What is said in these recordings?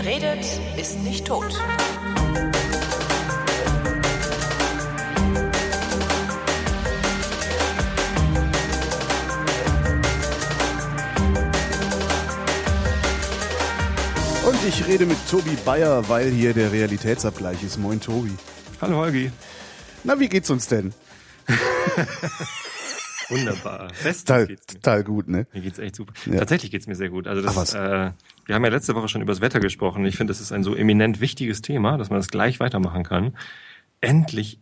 Wer redet, ist nicht tot. Und ich rede mit Tobi Bayer, weil hier der Realitätsabgleich ist. Moin Tobi. Hallo Holgi. Na, wie geht's uns denn? Wunderbar. Total gut, ne? Mir geht's echt super. Ja. Tatsächlich geht's mir sehr gut. Also wir haben ja letzte Woche schon über das Wetter gesprochen. Ich finde, das ist ein so eminent wichtiges Thema, dass man das gleich weitermachen kann. Endlich.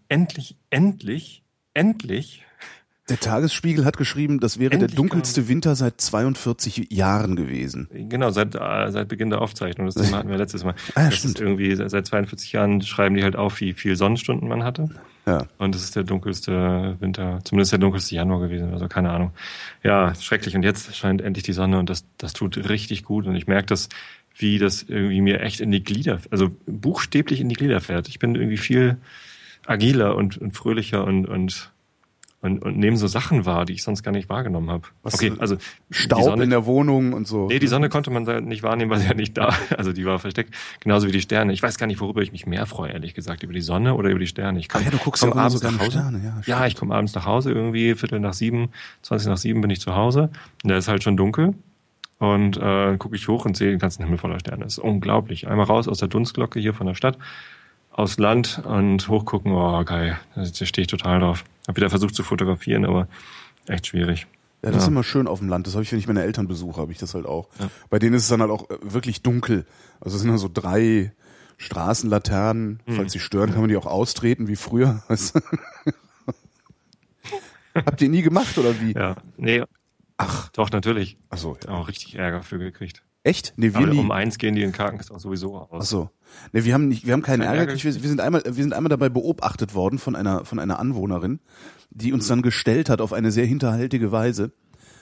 Der Tagesspiegel hat geschrieben, das wäre Endlich der dunkelste Winter seit 42 Jahren gewesen. Genau, seit Beginn der Aufzeichnung. Das Thema hatten wir letztes Mal. Ah, ja, das stimmt. ist irgendwie seit 42 Jahren schreiben die halt auf, wie viel Sonnenstunden man hatte. Ja. Und es ist der dunkelste Winter, zumindest der dunkelste Januar gewesen, also keine Ahnung. Ja, schrecklich. Und jetzt scheint endlich die Sonne und das tut richtig gut. Und ich merke das, wie das irgendwie mir echt in die Glieder, also buchstäblich in die Glieder fährt. Ich bin irgendwie viel agiler und fröhlicher und nehme so Sachen wahr, die ich sonst gar nicht wahrgenommen habe. Okay, also Staub Sonne, in der Wohnung und so. Nee, die Sonne konnte man da nicht wahrnehmen, weil sie ja nicht da. Also die war versteckt. Genauso wie die Sterne. Ich weiß gar nicht, worüber ich mich mehr freue, ehrlich gesagt. Über die Sonne oder über die Sterne. Ich Ach ja, du guckst ja auch abends sogar nach Hause. Sterne. Ja, ich komme abends nach Hause irgendwie, 6:45, 6:20 bin ich zu Hause. Und da ist halt schon dunkel. Und gucke ich hoch und sehe den ganzen Himmel voller Sterne. Das ist unglaublich. Einmal raus aus der Dunstglocke hier von der Stadt, aufs Land und hochgucken. Oh, geil. Da stehe ich total drauf. Hab wieder versucht zu fotografieren, aber echt schwierig. Ja, das ist immer schön auf dem Land. Das habe ich, wenn ich meine Eltern besuche, habe ich das halt auch. Ja. Bei denen ist es dann halt auch wirklich dunkel. Also es sind dann so 3 Straßenlaternen. Falls sie stören, kann man die auch austreten, wie früher. Weißt du? Habt ihr nie gemacht, oder wie? Ja, nee. Ach. Doch, natürlich. Ach so, ja. Auch richtig Ärger für gekriegt. Echt? Nee, wir Aber nie. um 1 gehen die in Karkens auch sowieso aus. Ach so. Nee, wir haben keinen Ärger Ärger gekriegt. Wir sind einmal dabei beobachtet worden von einer Anwohnerin, die uns dann gestellt hat auf eine sehr hinterhältige Weise.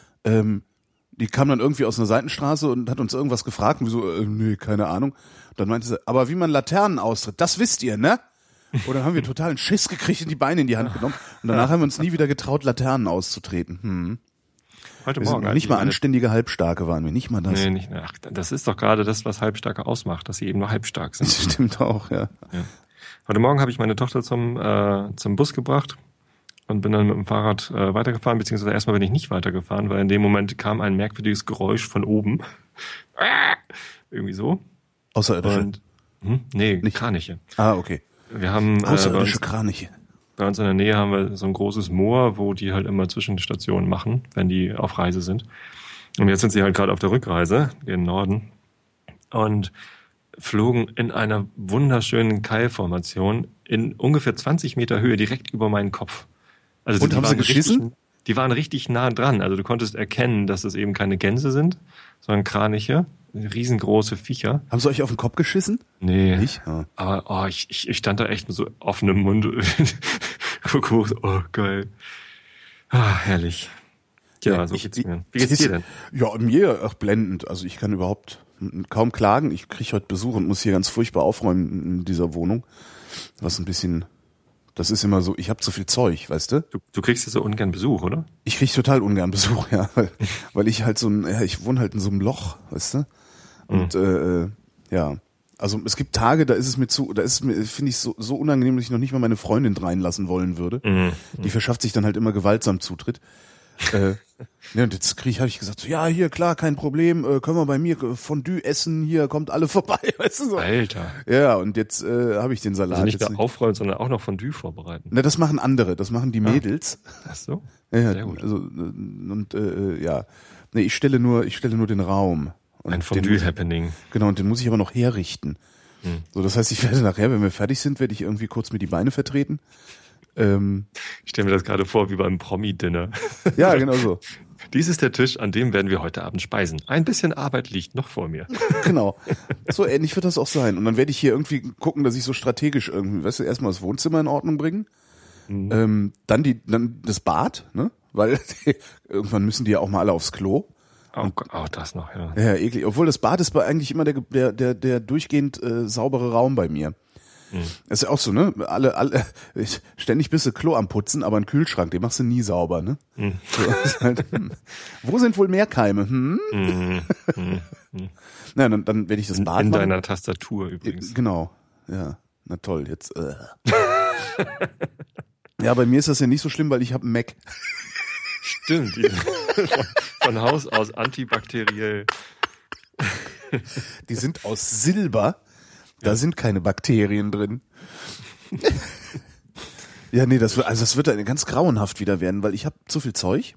Die kam dann irgendwie aus einer Seitenstraße und hat uns irgendwas gefragt. Und wir so, nee, keine Ahnung. Dann meinte sie, aber wie man Laternen austritt, das wisst ihr, ne? Und dann haben wir totalen Schiss gekriegt und die Beine in die Hand genommen. Und danach haben wir uns nie wieder getraut, Laternen auszutreten. Heute Wir sind Morgen. noch nicht mal anständige Halbstarke waren wir, nicht mal das. Nee, nicht. Ach, das ist doch gerade das, was Halbstarke ausmacht, dass sie eben nur halbstark sind. Das stimmt auch, ja. Ja. Heute Morgen habe ich meine Tochter zum Bus gebracht und bin dann mit dem Fahrrad weitergefahren, beziehungsweise erstmal bin ich nicht weitergefahren, weil in dem Moment kam ein merkwürdiges Geräusch von oben. Irgendwie so. Außerirdische. Und, nee, Nicht. Kraniche. Ah, okay. Wir haben Außerirdische Kraniche. bei uns in der Nähe haben wir so ein großes Moor, wo die halt immer Zwischenstationen machen, wenn die auf Reise sind. Und jetzt sind sie halt gerade auf der Rückreise in den Norden und flogen in einer wunderschönen Keilformation in ungefähr 20 Meter Höhe direkt über meinen Kopf. Also Und haben sie geschissen? Die waren richtig nah dran. Also du konntest erkennen, dass es eben keine Gänse sind, sondern Kraniche, riesengroße Viecher. Haben sie euch auf den Kopf geschissen? Nee. Nicht? Ja. Aber ich stand da echt mit so offenem Mund. Guck hoch, oh geil. Ah, herrlich. Ja, so geht's mir. Wie geht's dir denn? Ja, mir blendend. Also ich kann überhaupt kaum klagen. Ich kriege heute Besuch und muss hier ganz furchtbar aufräumen in dieser Wohnung. Was ein bisschen, das ist immer so, ich habe zu viel Zeug, weißt du? Du kriegst ja so ungern Besuch, oder? Ich kriege total ungern Besuch, ja. Weil ich halt ich wohne halt in so einem Loch, weißt du? Und ja. Also es gibt Tage, da ist es mir, finde ich, so unangenehm, dass ich noch nicht mal meine Freundin reinlassen wollen würde. Die verschafft sich dann halt immer gewaltsam Zutritt. Ja, und jetzt habe ich gesagt, so, ja, hier, klar, kein Problem, können wir bei mir Fondue essen, hier, kommt alle vorbei, weißt du so. Alter. Ja, und jetzt habe ich den Salat. Also nicht jetzt nur aufräumen, sondern auch noch Fondue vorbereiten. Ne, das machen andere, das machen die Mädels. Ach so? Ja, Sehr gut. also, und ja. Nee, ich stelle nur den Raum. Und Ein Fondue-Happening. Genau, und den muss ich aber noch herrichten. So, das heißt, ich werde nachher, wenn wir fertig sind, werde ich irgendwie kurz mir die Beine vertreten. Ich stelle mir das gerade vor wie beim Promi-Dinner. Ja, genau so. Dies ist der Tisch, an dem werden wir heute Abend speisen. Ein bisschen Arbeit liegt noch vor mir. Genau. So ähnlich wird das auch sein. Und dann werde ich hier irgendwie gucken, dass ich so strategisch irgendwie, weißt du, erstmal das Wohnzimmer in Ordnung bringen, dann das Bad, ne? Weil irgendwann müssen die ja auch mal alle aufs Klo. Oh, das noch, ja. Ja, eklig. Obwohl das Bad ist eigentlich immer der durchgehend saubere Raum bei mir. Das ist ja auch so, ne? Ständig bist du Klo am Putzen, aber einen Kühlschrank, den machst du nie sauber, ne? So, ist halt, Wo sind wohl Meerkeime? Na, dann werde ich das Bad in machen. deiner Tastatur übrigens. Genau, ja. Na toll, jetzt. Ja, bei mir ist das ja nicht so schlimm, weil ich habe einen Mac. Stimmt. Von Haus aus antibakteriell. Die sind aus Silber. Da sind keine Bakterien drin. Ja, nee, das wird dann ganz grauenhaft wieder werden, weil ich habe zu viel Zeug.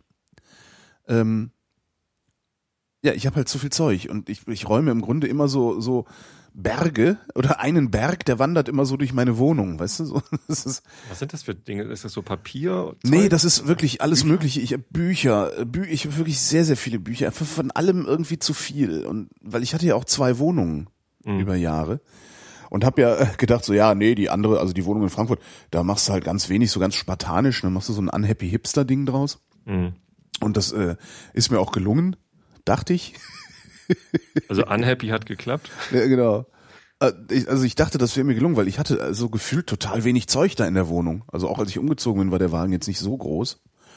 Ich habe halt zu viel Zeug und ich räume im Grunde immer so Berge oder einen Berg, der wandert immer so durch meine Wohnung, weißt du? So, Was sind das für Dinge? Ist das so Papier? Nee, das ist wirklich alles Mögliche. Ich habe Bücher, ich habe wirklich sehr, sehr viele Bücher, einfach von allem irgendwie zu viel. Und weil ich hatte ja auch 2 Wohnungen über Jahre und habe ja gedacht so, ja, nee, die andere, also die Wohnung in Frankfurt, da machst du halt ganz wenig, so ganz spartanisch, dann machst du so ein unhappy Hipster-Ding draus. Und das ist mir auch gelungen, dachte ich. Also unhappy hat geklappt? Ja, genau. Ich dachte, das wäre mir gelungen, weil ich hatte also gefühlt total wenig Zeug da in der Wohnung. Also auch als ich umgezogen bin, war der Wagen jetzt nicht so groß.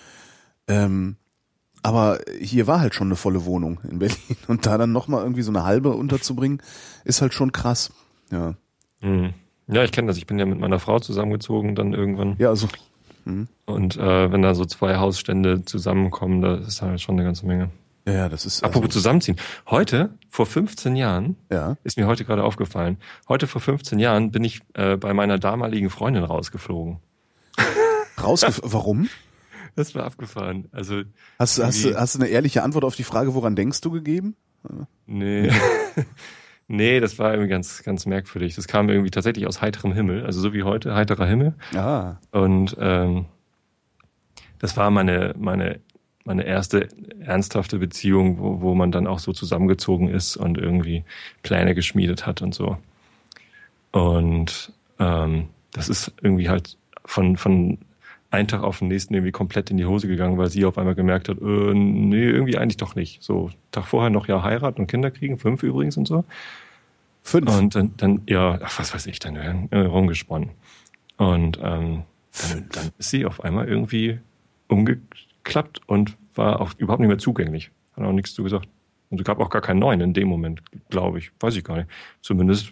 Aber hier war halt schon eine volle Wohnung in Berlin. Und da dann nochmal irgendwie so eine halbe unterzubringen, ist halt schon krass. Ja. Ja, ich kenne das. Ich bin ja mit meiner Frau zusammengezogen dann irgendwann. Ja, also. Und wenn da so 2 Hausstände zusammenkommen, das ist halt schon eine ganze Menge. Ja, das ist. Apropos zusammenziehen. Heute, vor 15 Jahren, Ja. ist mir heute gerade aufgefallen, heute vor 15 Jahren bin ich bei meiner damaligen Freundin rausgeflogen. Warum? Das war abgefahren. Also Hast du eine ehrliche Antwort auf die Frage, woran denkst du, gegeben? Nee. Nee, das war irgendwie ganz, ganz merkwürdig. Das kam irgendwie tatsächlich aus heiterem Himmel, also so wie heute, heiterer Himmel. Ah. Und das war meine erste ernsthafte Beziehung, wo man dann auch so zusammengezogen ist und irgendwie Pläne geschmiedet hat und so. Und das ist irgendwie halt von einen Tag auf den nächsten irgendwie komplett in die Hose gegangen, weil sie auf einmal gemerkt hat, nee, irgendwie eigentlich doch nicht. So, Tag vorher noch ja heiraten und Kinder kriegen, 5 übrigens und so. 5? Und dann ja, was weiß ich, dann rumgesponnen. Und dann ist sie auf einmal irgendwie umgeklappt und war auch überhaupt nicht mehr zugänglich. Hat auch nichts zu gesagt. Und es gab auch gar keinen neuen in dem Moment, glaube ich. Weiß ich gar nicht. Zumindest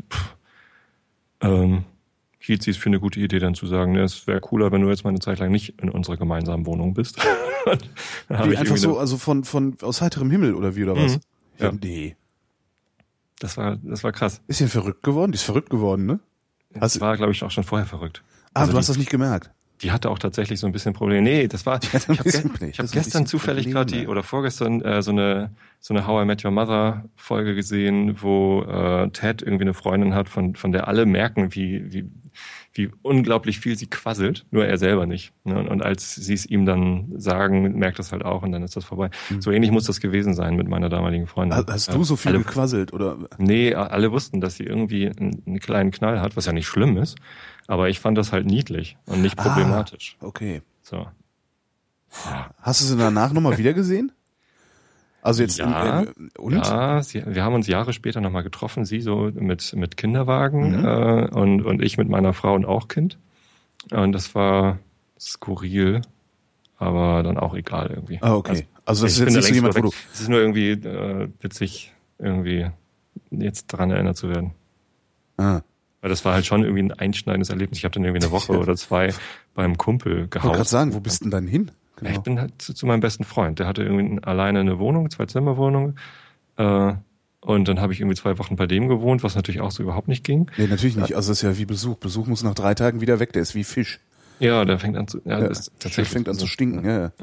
hielt sie es für eine gute Idee, dann zu sagen, ne, es wäre cooler, wenn du jetzt mal eine Zeit lang nicht in unserer gemeinsamen Wohnung bist. Wie einfach so, also von aus heiterem Himmel oder wie oder was? Ja. Nee. Das war krass. Ist die verrückt geworden? Die ist verrückt geworden, ne? Das war, glaube ich, auch schon vorher verrückt. Du hast das nicht gemerkt? Die hatte auch tatsächlich so ein bisschen Probleme. Nee, das war. Ich habe gestern zufällig gerade oder vorgestern so eine How I Met Your Mother Folge gesehen, wo Ted irgendwie eine Freundin hat, von der alle merken, wie unglaublich viel sie quasselt, nur er selber nicht. Ne? Und als sie es ihm dann sagen, merkt das halt auch und dann ist das vorbei. So ähnlich muss das gewesen sein mit meiner damaligen Freundin. Hast du so viel gequasselt oder? Nee, alle wussten, dass sie irgendwie einen kleinen Knall hat, was ja nicht schlimm ist. Aber ich fand das halt niedlich und nicht problematisch. Okay. So. Ja. Hast du sie danach nochmal wieder gesehen? Also jetzt und? Ja, wir haben uns Jahre später nochmal getroffen, sie so mit Kinderwagen und ich mit meiner Frau und auch Kind. Und das war skurril, aber dann auch egal irgendwie. Ah, okay. Also das ist jetzt nicht so jemand, wo du... Es ist nur irgendwie witzig, irgendwie jetzt dran erinnert zu werden. Ah. Weil das war halt schon irgendwie ein einschneidendes Erlebnis. Ich habe dann irgendwie eine Woche oder 2 beim Kumpel gehaust. Ich wollte gerade sagen, wo bist denn dann hin? Genau. Ja, ich bin halt zu meinem besten Freund. Der hatte irgendwie alleine eine Wohnung, 2-Zimmer-Wohnung. Und dann habe ich irgendwie 2 Wochen bei dem gewohnt, was natürlich auch so überhaupt nicht ging. Nee, natürlich nicht. Also das ist ja wie Besuch. Besuch muss nach 3 Tagen wieder weg. Der ist wie Fisch. Ja, der fängt an zu... Ja, das tatsächlich fängt an zu stinken. Ja.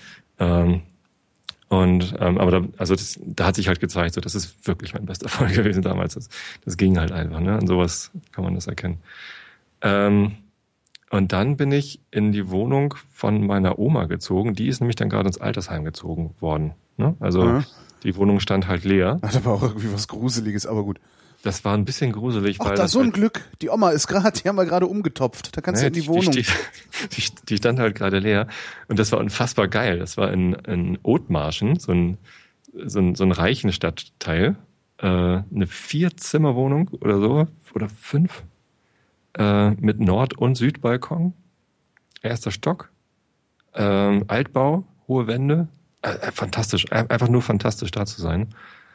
Aber da hat sich halt gezeigt, so, das ist wirklich mein bester Freund gewesen damals. Das ging halt einfach, ne? An sowas kann man das erkennen. Und dann bin ich in die Wohnung von meiner Oma gezogen. Die ist nämlich dann gerade ins Altersheim gezogen worden. Ne? Also die Wohnung stand halt leer. Hat aber auch irgendwie was Gruseliges, aber gut. Das war ein bisschen gruselig. Ach, da so ein Glück. Die Oma ist gerade, die haben wir gerade umgetopft. Da kannst du in die Wohnung. Die stand halt gerade leer. Und das war unfassbar geil. Das war in Othmarschen, so ein reichen Stadtteil. Eine 4-Zimmer-Wohnung oder so. Oder 5. mit Nord- und Südbalkon. Erster Stock. Altbau, hohe Wände. Fantastisch. Einfach nur fantastisch da zu sein.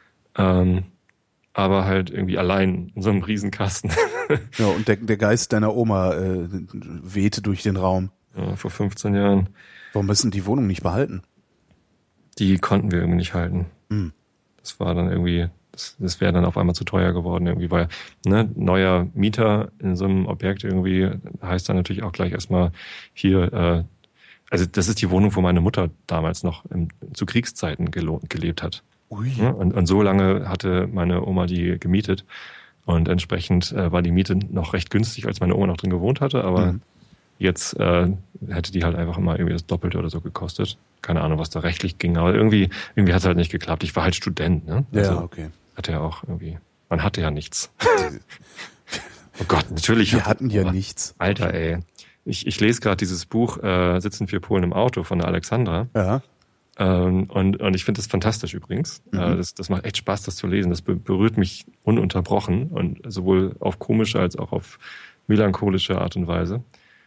Aber halt irgendwie allein in so einem Riesenkasten. Ja, und der Geist deiner Oma wehte durch den Raum. Ja, vor 15 Jahren. Warum müssen die Wohnung nicht behalten? Die konnten wir irgendwie nicht halten. Hm. Das war dann irgendwie, das wäre dann auf einmal zu teuer geworden irgendwie, weil neuer Mieter in so einem Objekt irgendwie heißt dann natürlich auch gleich erstmal hier, also das ist die Wohnung, wo meine Mutter damals noch zu Kriegszeiten gelebt hat. Ui. Ja, und so lange hatte meine Oma die gemietet und entsprechend war die Miete noch recht günstig, als meine Oma noch drin gewohnt hatte, aber jetzt hätte die halt einfach immer irgendwie das Doppelte oder so gekostet. Keine Ahnung, was da rechtlich ging, aber irgendwie hat es halt nicht geklappt. Ich war halt Student, ne? Also Ja, okay. hatte ja auch irgendwie, man hatte ja nichts. Oh Gott, natürlich. Wir hatten ja nichts. Alter, ey. Ich lese gerade dieses Buch Sitzen 4 Polen im Auto von der Alexandra. Ja. Und ich finde das fantastisch übrigens. Das macht echt Spaß, das zu lesen. Das berührt mich ununterbrochen und sowohl auf komische als auch auf melancholische Art und Weise.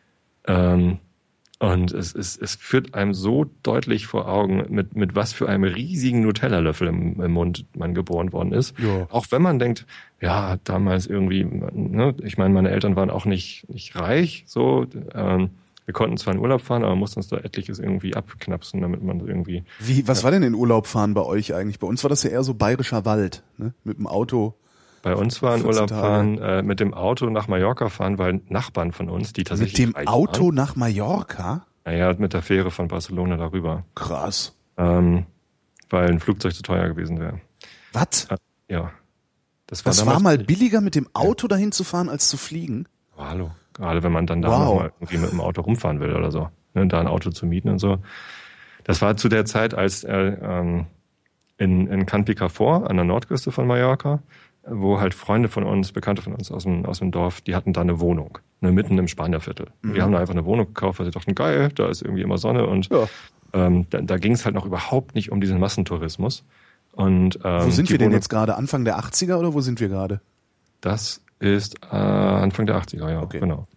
Und es führt einem so deutlich vor Augen, mit was für einem riesigen Nutella-Löffel im Mund man geboren worden ist. Ja. Auch wenn man denkt, ja, damals irgendwie, ne, ich meine, meine Eltern waren auch nicht reich, so. Wir konnten zwar in Urlaub fahren, aber mussten uns da etliches irgendwie abknapsen, damit man irgendwie... Was war denn in Urlaub fahren bei euch eigentlich? Bei uns war das ja eher so bayerischer Wald, ne? Mit dem Auto. Bei uns war in 14 Urlaub Tage. fahren, mit dem Auto nach Mallorca fahren, weil Nachbarn von uns, die tatsächlich Mit dem reich Auto waren. nach Mallorca? Naja, mit der Fähre von Barcelona darüber. Krass. Weil ein Flugzeug zu teuer gewesen wäre. Was? Ja. Das Das damals war mal billiger, mit dem Auto dahin zu fahren, als zu fliegen? Oh, hallo. Gerade wenn man dann da Wow. noch mal irgendwie mit dem Auto rumfahren will oder so. Ne, da ein Auto zu mieten und so. Das war zu der Zeit, als in Can Picafort an der Nordküste von Mallorca, wo halt Freunde von uns, Bekannte von uns aus dem Dorf, die hatten da eine Wohnung, ne, mitten im Spanierviertel. Wir haben da einfach eine Wohnung gekauft, weil sie dachten, geil, da ist irgendwie immer Sonne und Ja. da ging es halt noch überhaupt nicht um diesen Massentourismus. Und, Wo sind die wir denn Wohnung- jetzt gerade? Anfang der 80er oder wo sind wir gerade? Das ist Anfang der 80er, ja, Okay. genau.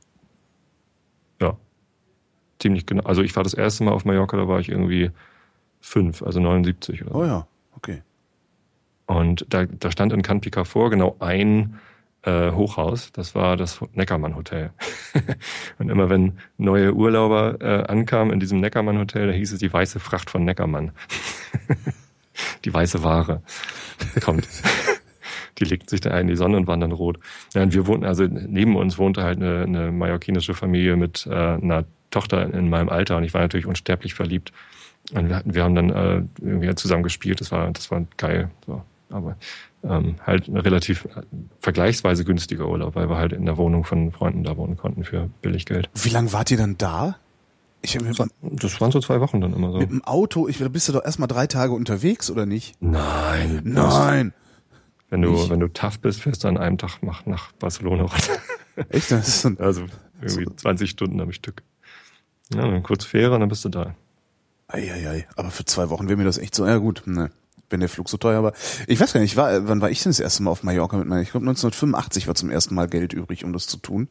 Ja, ziemlich genau. Also ich war das erste Mal auf Mallorca, da war ich irgendwie 5, also 79 oder so. Oh ja, okay. Und da stand in Can Picafort genau ein Hochhaus, das war das Neckermann-Hotel. Und immer wenn neue Urlauber ankamen in diesem Neckermann-Hotel, da hieß es die weiße Fracht von Neckermann. Die weiße Ware kommt. Die legten sich da ein in die Sonne und waren dann rot. Ja, und wir wohnten, also neben uns wohnte halt eine mallorquinische Familie mit einer Tochter in meinem Alter und ich war natürlich unsterblich verliebt. Und wir haben dann irgendwie zusammen gespielt, das war geil. So. Aber halt ein relativ vergleichsweise günstiger Urlaub, weil wir halt in der Wohnung von Freunden da wohnen konnten für billig Geld. Wie lange wart ihr dann da? Das waren so 2 Wochen dann immer so. Mit dem Auto, bist du doch erstmal 3 Tage unterwegs, oder nicht? Nein. Nein. Wenn du tough bist, fährst du an einem Tag nach Barcelona runter. Echt? Das ist so ein, Also irgendwie 20 Stunden am Stück. Ja, dann kurz Fähre und dann bist du da. Eieiei. Aber für 2 Wochen wäre mir das echt so, ja gut, ne. Wenn der Flug so teuer war. Ich weiß gar nicht, wann war ich denn das erste Mal auf Mallorca mit meiner? Ich glaube 1985 war zum ersten Mal Geld übrig, um das zu tun.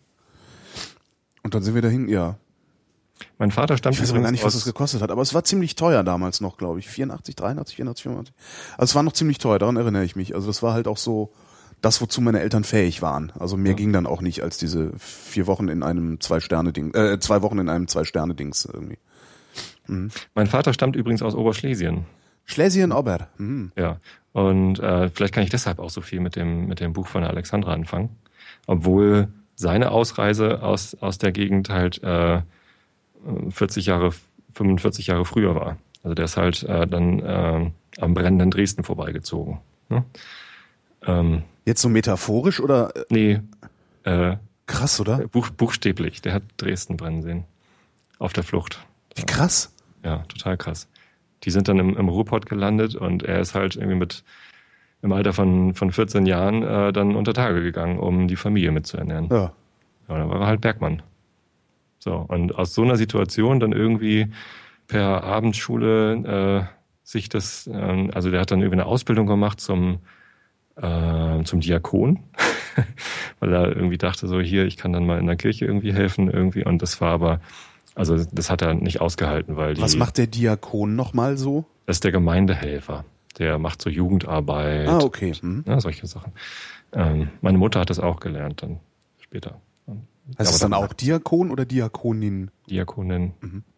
Und dann sind wir dahin, ja. Mein Vater stammt Ich weiß aber gar übrigens nicht, was es gekostet hat, aber es war ziemlich teuer damals noch, glaube ich. 84, 83, 84, 85. Also es war noch ziemlich teuer, daran erinnere ich mich. Also das war halt auch so das, wozu meine Eltern fähig waren. Also mehr ging dann auch nicht als diese 4 Wochen in einem 2-Sterne-Ding, 2 Wochen in einem 2-Sterne-Dings irgendwie. Mein Vater stammt übrigens aus Oberschlesien. Schlesien-Ober. Mhm. Ja. Und vielleicht kann ich deshalb auch so viel mit dem Buch von der Alexandra anfangen. Obwohl seine Ausreise aus der Gegend halt 45 Jahre früher war. Also der ist halt dann am brennenden Dresden vorbeigezogen. Ne? Jetzt so metaphorisch oder? Nee, Krass, oder? buchstäblich. Der hat Dresden brennen sehen. Auf der Flucht. Wie krass. Ja, total krass. Die sind dann im Ruhrpott gelandet und er ist halt irgendwie im Alter von 14 Jahren dann unter Tage gegangen, um die Familie mitzuernähren. Ja. Ja, dann war er halt Bergmann. So, und aus so einer Situation dann irgendwie per Abendschule sich das, also der hat dann irgendwie eine Ausbildung gemacht zum Diakon. weil er irgendwie dachte so, hier, ich kann dann mal in der Kirche irgendwie helfen irgendwie. Und das war aber, also das hat er nicht ausgehalten, weil Was macht der Diakon nochmal so? Das ist der Gemeindehelfer. Der macht so Jugendarbeit. Ah, okay. Ja, solche Sachen. Meine Mutter hat das auch gelernt dann später. Heißt es dann auch Diakon oder Diakonin? Diakonin.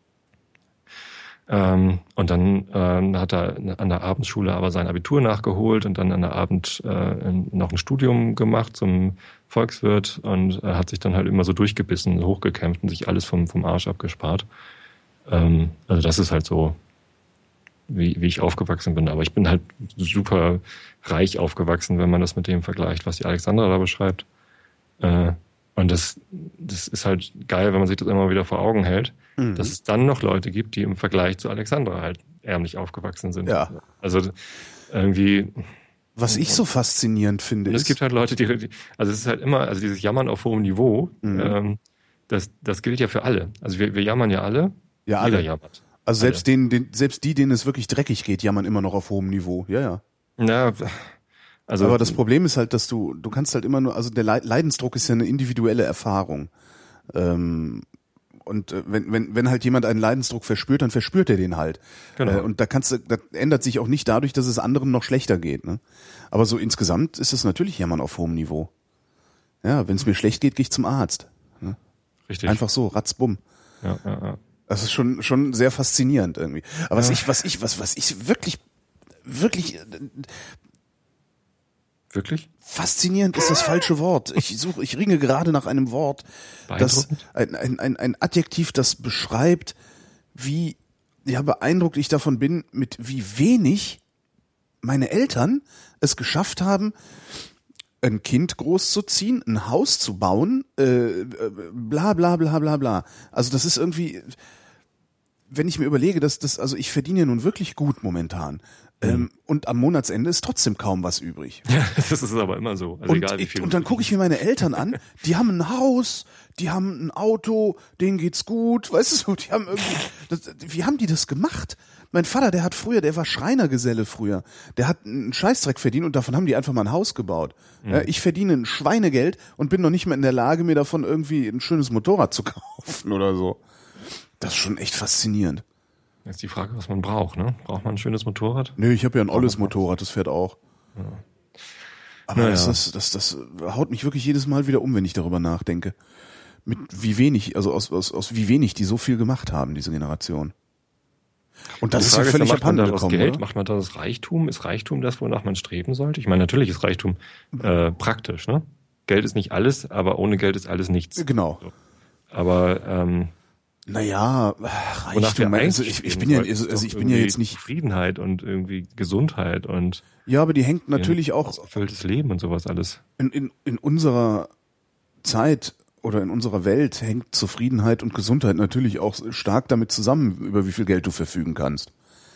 Und dann hat er an der Abendschule aber sein Abitur nachgeholt und dann an der Abend noch ein Studium gemacht zum Volkswirt und hat sich dann halt immer so durchgebissen, hochgekämpft und sich alles vom Arsch abgespart. Also das ist halt so, wie ich aufgewachsen bin. Aber ich bin halt super reich aufgewachsen, wenn man das mit dem vergleicht, was die Alexandra da beschreibt. Und das ist halt geil, wenn man sich das immer wieder vor Augen hält, dass es dann noch Leute gibt, die im Vergleich zu Alexandra halt ärmlich aufgewachsen sind. Ja. Also irgendwie. Was ich so faszinierend finde, es gibt halt Leute, also es ist halt immer, also dieses Jammern auf hohem Niveau, das gilt ja für alle. Also wir jammern ja alle. Ja, jeder alle. jammert. Also selbst selbst die, denen es wirklich dreckig geht, jammern immer noch auf hohem Niveau. Ja, ja. Ja, also. Aber das Problem ist halt, dass du kannst halt immer nur, also der Leidensdruck ist ja eine individuelle Erfahrung. Und wenn halt jemand einen Leidensdruck verspürt, dann verspürt er den halt. Genau. Und das ändert sich auch nicht dadurch, dass es anderen noch schlechter geht. Ne? Aber so insgesamt ist es natürlich Jammern auf hohem Niveau. Ja, wenn es mir schlecht geht, gehe ich zum Arzt. Ne? Richtig. Einfach so, ratzbumm. Ja. Das ist schon sehr faszinierend irgendwie. Aber was ich wirklich Wirklich? faszinierend ist das falsche Wort. Ich ringe gerade nach einem Wort, das ein Adjektiv, das beschreibt, wie beeindruckt ich davon bin, mit wie wenig meine Eltern es geschafft haben, ein Kind großzuziehen, ein Haus zu bauen, bla bla bla bla bla. Also das ist irgendwie, wenn ich mir überlege, also ich verdiene ja nun wirklich gut momentan. Und am Monatsende ist trotzdem kaum was übrig. Ja, das ist aber immer so. Also egal wie viel. Und dann gucke ich mir meine Eltern an, die haben ein Haus, die haben ein Auto, denen geht's gut, weißt du so, die haben irgendwie, wie haben die das gemacht? Mein Vater, der war Schreinergeselle früher, der hat einen Scheißdreck verdient und davon haben die einfach mal ein Haus gebaut. Ja, ich verdiene ein Schweinegeld und bin noch nicht mal in der Lage, mir davon irgendwie ein schönes Motorrad zu kaufen oder so. Das ist schon echt faszinierend. Jetzt die Frage, was man braucht, ne? Braucht man ein schönes Motorrad? Nö, ich habe ja ein olles Motorrad, das fährt auch. Ja. Aber das haut mich wirklich jedes Mal wieder um, wenn ich darüber nachdenke. Mit wie wenig, also aus wie wenig die so viel gemacht haben, diese Generation. Und das ist ja völlig abhanden gekommen, Geld, oder? macht man das Reichtum? Ist Reichtum das, wonach man streben sollte? Ich meine, natürlich ist Reichtum praktisch, ne? Geld ist nicht alles, aber ohne Geld ist alles nichts. Genau. So. Aber naja, Reichtum, also ich bin ja jetzt nicht Zufriedenheit und irgendwie Gesundheit und ja, aber die hängt natürlich auch ausgefülltes Leben und sowas alles. In unserer Zeit oder in unserer Welt hängt Zufriedenheit und Gesundheit natürlich auch stark damit zusammen, über wie viel Geld du verfügen kannst.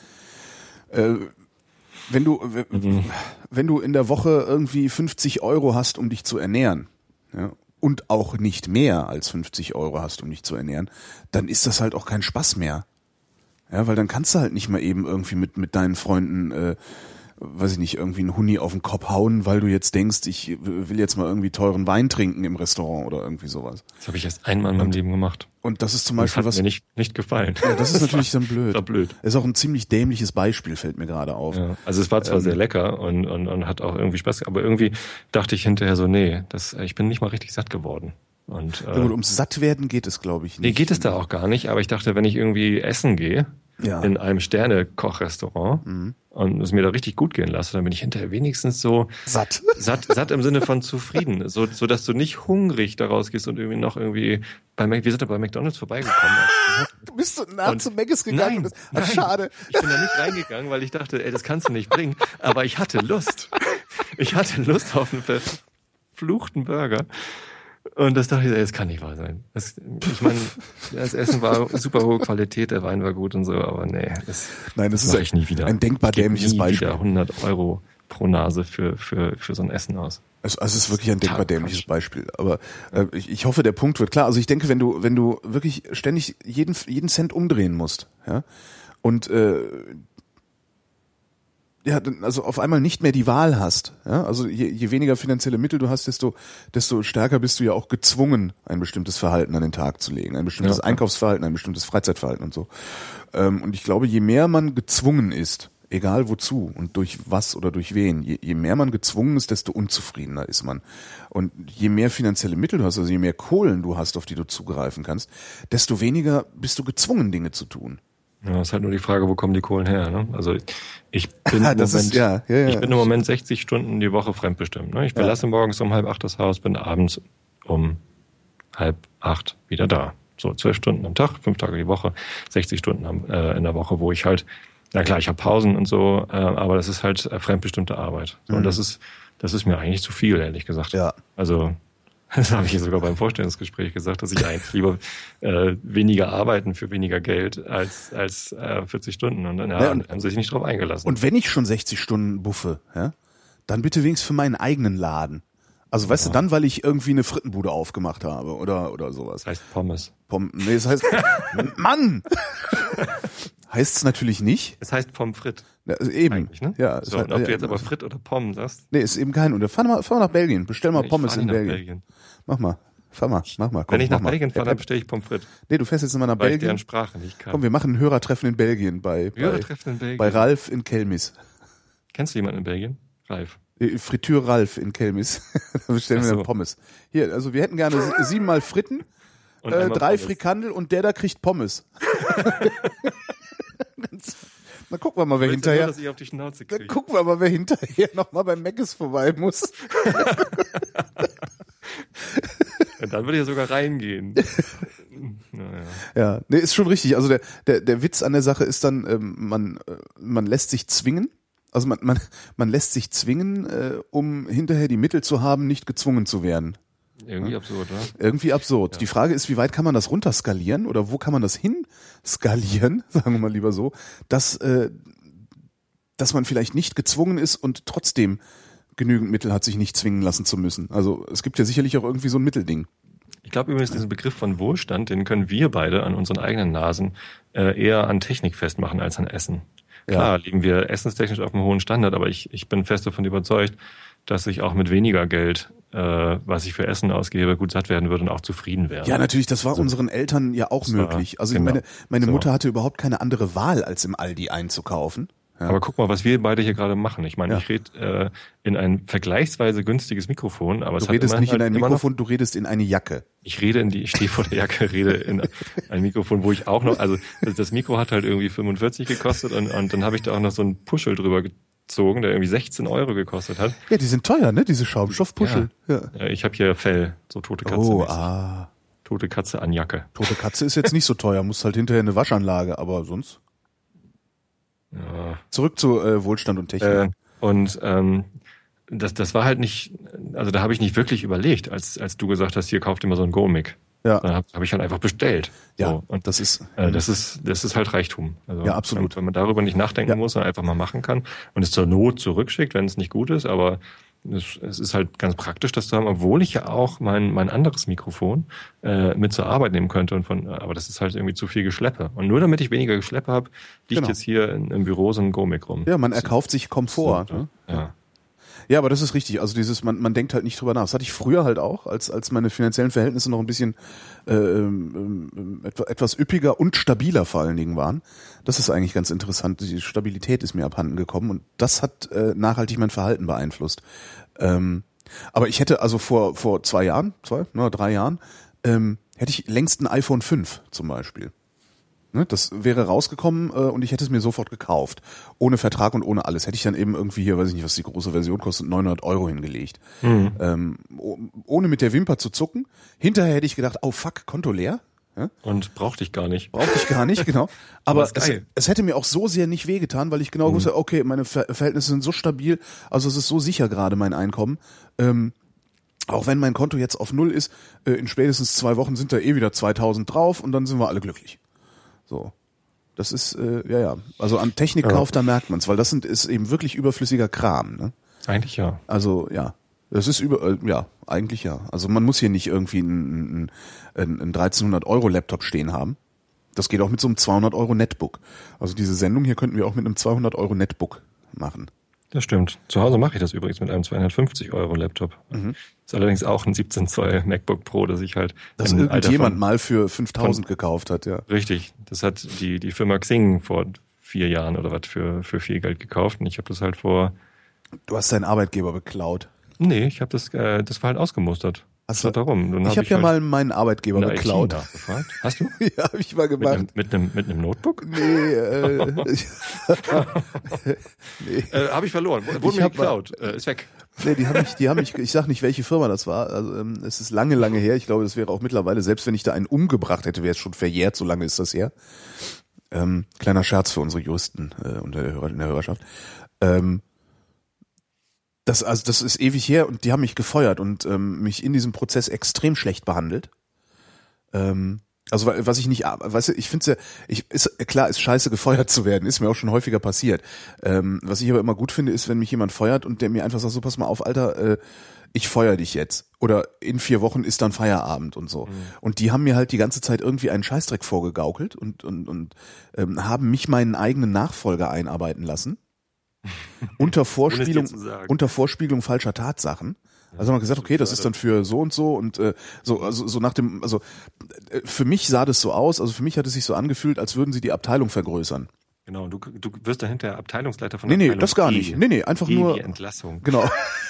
Wenn du in der Woche irgendwie 50 Euro hast, um dich zu ernähren, ja, und auch nicht mehr als 50 Euro hast, um dich zu ernähren, dann ist das halt auch kein Spaß mehr. Ja, weil dann kannst du halt nicht mal eben irgendwie mit deinen Freunden, weiß ich nicht, irgendwie einen Huni auf den Kopf hauen, weil du jetzt denkst, ich will jetzt mal irgendwie teuren Wein trinken im Restaurant oder irgendwie sowas. Das habe ich erst einmal in meinem Leben gemacht. Und das ist zum Beispiel das hat mir nicht gefallen. Ja, das ist natürlich dann blöd. Das war blöd. Ist auch ein ziemlich dämliches Beispiel, fällt mir gerade auf. Ja, also es war zwar sehr lecker und hat auch irgendwie Spaß, aber irgendwie dachte ich hinterher so, nee, ich bin nicht mal richtig satt geworden. Und ja, gut, ums Sattwerden geht es, glaube ich, nicht. Nee, geht es da auch gar nicht, aber ich dachte, wenn ich irgendwie essen gehe, in einem Sterne-Kochrestaurant und es mir da richtig gut gehen lasse, dann bin ich hinterher wenigstens so satt im Sinne von zufrieden, so dass du nicht hungrig daraus gehst und irgendwie noch irgendwie wir sind da bei McDonald's vorbeigekommen. Du bist so nah zu Mc's gegangen. Nein, schade. Ich bin da nicht reingegangen, weil ich dachte, das kannst du nicht bringen, aber ich hatte Lust. Ich hatte Lust auf einen verfluchten Burger. Und das dachte ich, das kann nicht wahr sein. Ich meine, das Essen war super hohe Qualität, der Wein war gut und so, aber nee. Das ist ich nie wieder. Ein denkbar dämliches Beispiel. Ich gebe nie wieder 100 Euro pro Nase für so ein Essen aus. Also es ist wirklich ein denkbar dämliches Beispiel. Aber ich hoffe, der Punkt wird klar. Also ich denke, wenn du wirklich ständig jeden Cent umdrehen musst, ja, und ja, also auf einmal nicht mehr die Wahl hast. Ja? Also je weniger finanzielle Mittel du hast, desto stärker bist du ja auch gezwungen, ein bestimmtes Verhalten an den Tag zu legen, ein bestimmtes Einkaufsverhalten, ein bestimmtes Freizeitverhalten und so. Und ich glaube, je mehr man gezwungen ist, egal wozu und durch was oder durch wen, je mehr man gezwungen ist, desto unzufriedener ist man. Und je mehr finanzielle Mittel du hast, also je mehr Kohlen du hast, auf die du zugreifen kannst, desto weniger bist du gezwungen, Dinge zu tun. Ja, ist halt nur die Frage, wo kommen die Kohlen her, ne? Also ich bin bin im Moment 60 Stunden die Woche fremdbestimmt, ne? Ich verlasse morgens um 7:30 das Haus, bin abends um 7:30 wieder da. So 12 Stunden am Tag, 5 Tage die Woche, 60 Stunden in der Woche, wo ich halt, na klar, ich habe Pausen und so, aber das ist halt fremdbestimmte Arbeit. So, und das ist mir eigentlich zu viel, ehrlich gesagt. Ja. Also das habe ich ja sogar beim Vorstellungsgespräch gesagt, dass ich eigentlich lieber weniger arbeiten für weniger Geld als 40 Stunden. Und dann haben sie sich nicht drauf eingelassen. Und wenn ich schon 60 Stunden buffe, ja, dann bitte wenigstens für meinen eigenen Laden. Also weißt du, dann, weil ich irgendwie eine Frittenbude aufgemacht habe oder sowas. Das heißt Pommes. Nee, das heißt, Mann! Heißt es natürlich nicht. Es heißt Pommes frites. Ja, eben. Eigentlich, ne? Ja, so, und ob du jetzt aber Frit oder Pommes sagst? Nee, ist eben kein. Und fahr mal nach Belgien. Bestell mal Pommes in Belgien. Mach mal. Fahr mal. Komm, wenn ich nach Belgien fahre, dann bestelle ich Pommes frites. Nee, du fährst jetzt immer nach weil Belgien. Ich deren Sprache nicht kann. Komm, wir machen ein Hörertreffen in Belgien bei Ralf in Kelmis. Kennst du jemanden in Belgien? Ralf. Fritür Ralf in Kelmis. Da bestellen wir dann Pommes. Hier, also wir hätten gerne 7 mal Fritten, und 3 Pommes. Frikandel und der da kriegt Pommes. Dann gucken wir mal, wer hinterher. Nur, dass ich auf die Schnauze kriege. Dann gucken wir mal, wer hinterher nochmal beim Mc's vorbei muss. Und dann würde ich ja sogar reingehen. Naja. Ja, nee, ist schon richtig. Also der Witz an der Sache ist dann, man lässt sich zwingen. Also man lässt sich zwingen, um hinterher die Mittel zu haben, nicht gezwungen zu werden. Irgendwie absurd, oder? Irgendwie absurd. Ja. Die Frage ist, wie weit kann man das runterskalieren oder wo kann man das hinskalieren, sagen wir mal lieber so, dass man vielleicht nicht gezwungen ist und trotzdem genügend Mittel hat, sich nicht zwingen lassen zu müssen. Also es gibt ja sicherlich auch irgendwie so ein Mittelding. Ich glaube übrigens, diesen Begriff von Wohlstand, den können wir beide an unseren eigenen Nasen eher an Technik festmachen als an Essen. Klar, liegen wir essenstechnisch auf einem hohen Standard, aber ich bin fest davon überzeugt, dass ich auch mit weniger Geld, was ich für Essen ausgebe, gut satt werden würde und auch zufrieden wäre. Ja, natürlich, das war unseren Eltern ja auch möglich. Also genau. Meine Mutter hatte überhaupt keine andere Wahl, als im Aldi einzukaufen. Ja. Aber guck mal, was wir beide hier gerade machen. Ich meine, ich rede in ein vergleichsweise günstiges Mikrofon, aber du redest nicht in ein Mikrofon, du redest in eine Jacke. Ich stehe vor der Jacke, rede in ein Mikrofon, wo ich auch noch, also das Mikro hat halt irgendwie 45 gekostet und dann habe ich da auch noch so einen Puschel drüber gezogen, der irgendwie 16 Euro gekostet hat. Ja, die sind teuer, ne? Diese Schaumstoffpuschel. Ja. Ich habe hier Fell, so tote Katze. Oh, Tote Katze an Jacke. Tote Katze ist jetzt nicht so teuer, muss halt hinterher eine Waschanlage, aber sonst. Ja. Zurück zu Wohlstand und Technik. Das war halt nicht, also da habe ich nicht wirklich überlegt, als du gesagt hast, hier kauft immer so ein Go-Mic. Ja. Da habe ich halt einfach bestellt. Ja, so. Und das ist halt Reichtum. Also, ja, absolut. Wenn man darüber nicht nachdenken muss und einfach mal machen kann und es zur Not zurückschickt, wenn es nicht gut ist, aber es ist halt ganz praktisch, das zu haben, obwohl ich ja auch mein anderes Mikrofon mit zur Arbeit nehmen könnte aber das ist halt irgendwie zu viel Geschleppe. Und nur damit ich weniger Geschleppe habe, liegt jetzt hier im Büro so ein Go-Mic rum. Ja, man erkauft sich Komfort. So, ne? Ja, aber das ist richtig. Also man denkt halt nicht drüber nach. Das hatte ich früher halt auch, als meine finanziellen Verhältnisse noch ein bisschen etwas üppiger und stabiler vor allen Dingen waren. Das ist eigentlich ganz interessant. Die Stabilität ist mir abhanden gekommen und das hat nachhaltig mein Verhalten beeinflusst. Aber ich hätte also vor 3 Jahren, hätte ich längst ein iPhone 5 zum Beispiel. Ne, das wäre rausgekommen und ich hätte es mir sofort gekauft. Ohne Vertrag und ohne alles. Hätte ich dann eben irgendwie hier, weiß ich nicht, was die große Version kostet, 900 Euro hingelegt. Ohne mit der Wimper zu zucken. Hinterher hätte ich gedacht, oh fuck, Konto leer. Ja? Und brauchte ich gar nicht. Genau. Aber es hätte mir auch so sehr nicht wehgetan, weil ich genau wusste, okay, meine Verhältnisse sind so stabil, also es ist so sicher gerade mein Einkommen. Auch wenn mein Konto jetzt auf 0 ist, in spätestens 2 Wochen sind da wieder 2000 drauf und dann sind wir alle glücklich. So. Das ist, also an Technikkauf, da merkt man's, weil das ist eben wirklich überflüssiger Kram, ne? Eigentlich ja. Also, ja. Das ist eigentlich ja. Also man muss hier nicht irgendwie einen 1300 Euro Laptop stehen haben. Das geht auch mit so einem 200 Euro Netbook. Also diese Sendung hier könnten wir auch mit einem 200 Euro Netbook machen. Das stimmt. Zu Hause mache ich das übrigens mit einem 250€ Laptop. Ist allerdings auch ein 17 Zoll MacBook Pro, das ich halt... Das irgendjemand mal für 5.000 gekauft hat, ja. Richtig. Das hat die Firma Xing vor 4 Jahren oder was für viel Geld gekauft. Und ich habe das halt vor... Du hast deinen Arbeitgeber beklaut. Nee, ich habe das war halt ausgemustert. Achso. Darum. Ich habe ja mal meinen Arbeitgeber beklaut. Nachgefragt. Hast du? Ja, habe ich mal gemacht. Mit einem Notebook? Nee, nee. Habe ich verloren. Wurde mir geklaut. Ist weg. Nee, die haben mich, ich sag nicht, welche Firma das war. Also, es ist lange her. Ich glaube, das wäre auch mittlerweile, selbst wenn ich da einen umgebracht hätte, wäre es schon verjährt, so lange ist das her. Kleiner Scherz für unsere Juristen in der Hörerschaft. Das ist ewig her und die haben mich gefeuert und mich in diesem Prozess extrem schlecht behandelt. Also was ich nicht, weißt du, ich finde klar, ist scheiße gefeuert zu werden, ist mir auch schon häufiger passiert. Was ich aber immer gut finde, ist, wenn mich jemand feuert und der mir einfach sagt, so pass mal auf, Alter, ich feuer dich jetzt. Oder in 4 Wochen ist dann Feierabend und so. Und die haben mir halt die ganze Zeit irgendwie einen Scheißdreck vorgegaukelt und haben mich meinen eigenen Nachfolger einarbeiten lassen. Unter Vorspiegelung falscher Tatsachen. Also haben wir gesagt, okay, das ist dann für so und so nach dem, also für mich sah das so aus, also für mich hat es sich so angefühlt, als würden sie die Abteilung vergrößern. Genau, du wirst dann hinterher Abteilungsleiter von der Abteilung. Nee, das gar nicht. Nee, einfach nur die Entlassung. Genau.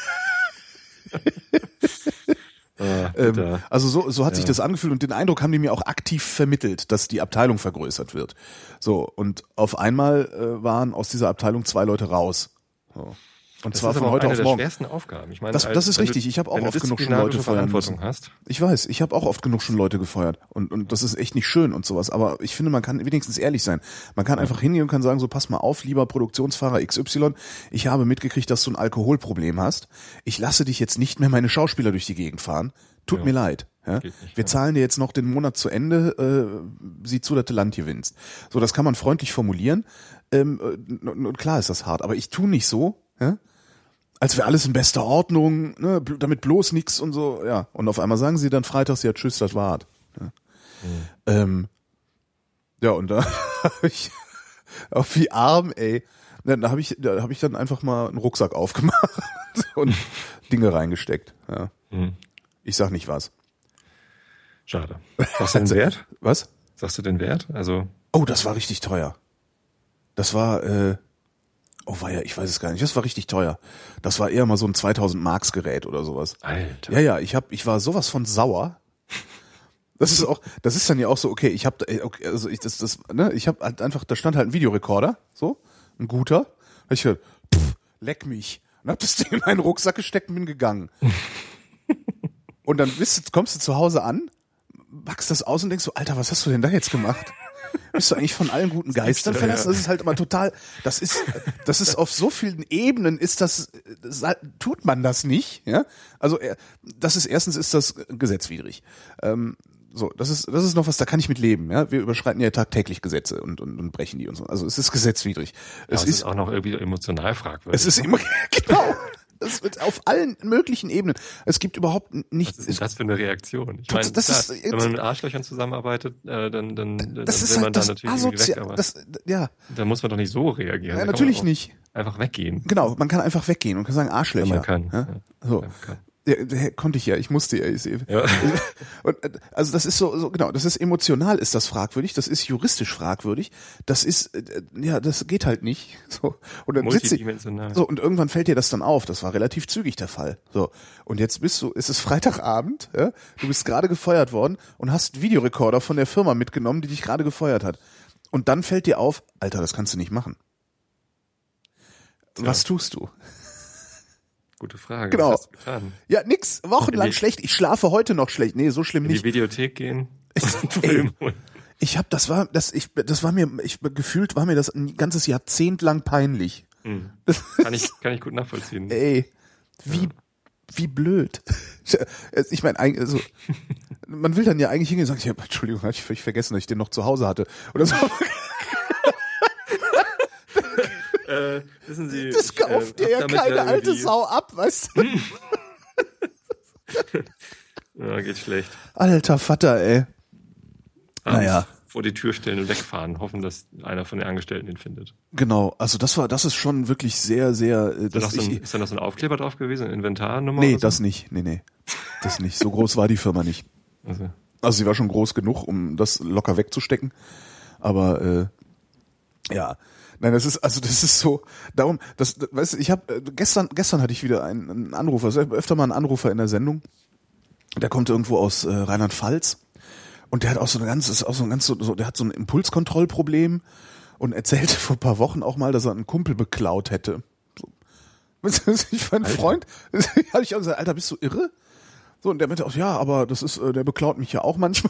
Also so hat sich das angefühlt und den Eindruck haben die mir auch aktiv vermittelt, dass die Abteilung vergrößert wird. So, und auf einmal waren aus dieser Abteilung 2 Leute raus. So. Und das zwar ist von aber heute eine auf der morgen. schwersten Aufgaben. Ich meine, das ist richtig. Ich habe auch oft genug schon Leute feuern müssen. Ich weiß, ich habe auch oft genug schon Leute gefeuert. Und das ist echt nicht schön und sowas. Aber ich finde, man kann wenigstens ehrlich sein. Man kann einfach hingehen und kann sagen, so pass mal auf, lieber Produktionsfahrer XY, ich habe mitgekriegt, dass du ein Alkoholproblem hast. Ich lasse dich jetzt nicht mehr meine Schauspieler durch die Gegend fahren. Tut mir leid. Ja? Wir zahlen dir jetzt noch den Monat zu Ende, sieh zu, dass du Land gewinnst. So, das kann man freundlich formulieren. Und klar ist das hart, aber ich tu nicht so, ja? Als wäre alles in bester Ordnung, ne, damit bloß nichts und so, ja. Und auf einmal sagen sie dann freitags, ja, tschüss, das war's. Ja, ja und da habe ich, auch wie arm, ey. Da habe ich dann einfach mal einen Rucksack aufgemacht und Dinge reingesteckt. Ja. Ich sag nicht was. Schade. Sagst du den Wert? Was? Sagst du den Wert? Also. Oh, das war richtig teuer. Das war, ich weiß es gar nicht. Das war richtig teuer. Das war eher mal so ein 2000 Marks Gerät oder sowas. Alter. Ja, ich war sowas von sauer. Das ist dann ja auch so, okay, ich habe halt einfach, da stand halt ein Videorekorder, so, ein guter. Hab ich gehört, leck mich. Und hab das Ding in meinen Rucksack gesteckt und bin gegangen. Und dann kommst du zu Hause an, packst das aus und denkst so, Alter, was hast du denn da jetzt gemacht? Bist du eigentlich von allen guten Geistern verlassen? Das ist halt immer total, das ist auf so vielen Ebenen tut man das nicht, ja? Also, erstens ist das gesetzwidrig. So, das ist noch was, da kann ich mit leben, ja? Wir überschreiten ja tagtäglich Gesetze und brechen die und so. Also, es ist gesetzwidrig. Es ist auch noch irgendwie emotional fragwürdig. Es ist immer, genau. Das wird auf allen möglichen Ebenen. Es gibt überhaupt nichts. Was ist das für eine Reaktion? Ich meine, wenn man mit Arschlöchern zusammenarbeitet, dann will man da natürlich irgendwie weg. Aber da muss man doch nicht so reagieren. Ja, natürlich nicht. Einfach weggehen. Genau, man kann einfach weggehen und kann sagen Arschlöcher. Ja, man kann. Ja? So. Man kann. Ja, konnte ich ja, ich musste ja. Ja. Und, also das ist so genau, das ist emotional, ist das fragwürdig, das ist juristisch fragwürdig, das ist, das geht halt nicht. So. Und dann so, und irgendwann fällt dir das dann auf, das war relativ zügig der Fall. So. Und jetzt ist es Freitagabend, ja? Du bist gerade gefeuert worden und hast einen Videorekorder von der Firma mitgenommen, die dich gerade gefeuert hat. Und dann fällt dir auf, Alter, das kannst du nicht machen. Was tust du? Gute Frage. Genau. Was hast du getan? Ja, nix. Wochenlang schlecht. Ich schlafe heute noch schlecht. Nee, so schlimm nicht. In die Videothek gehen. Gefühlt war mir das ein ganzes Jahrzehnt lang peinlich. Kann ich gut nachvollziehen. Ey, wie blöd. Ich meine, also, man will dann ja eigentlich hingehen und sagen, Entschuldigung, hab ich völlig vergessen, dass ich den noch zu Hause hatte. Oder so. Wissen Sie, das kauft dir ja keine alte Sau ab, weißt du? Ja, geht schlecht. Alter Vater, ey. Naja. vor die Tür stellen und wegfahren, hoffen, dass einer von den Angestellten ihn findet. Genau, also das ist schon wirklich sehr, sehr... Ist da noch so ein Aufkleber drauf gewesen, Inventarnummer? Nee, oder so? das nicht, nee. Das nicht, so groß war die Firma nicht. Also sie war schon groß genug, um das locker wegzustecken, aber ja... Nein, das ist so, darum, weißt du, ich habe, gestern hatte ich wieder einen Anrufer, also öfter mal einen Anrufer in der Sendung, der kommt irgendwo aus Rheinland-Pfalz und der hat auch der hat so ein Impulskontrollproblem und erzählte vor ein paar Wochen auch mal, dass er einen Kumpel beklaut hätte. So. Ich war ein Freund, habe ich auch gesagt, Alter, bist du irre? So, und der meinte auch, ja, aber der beklaut mich ja auch manchmal.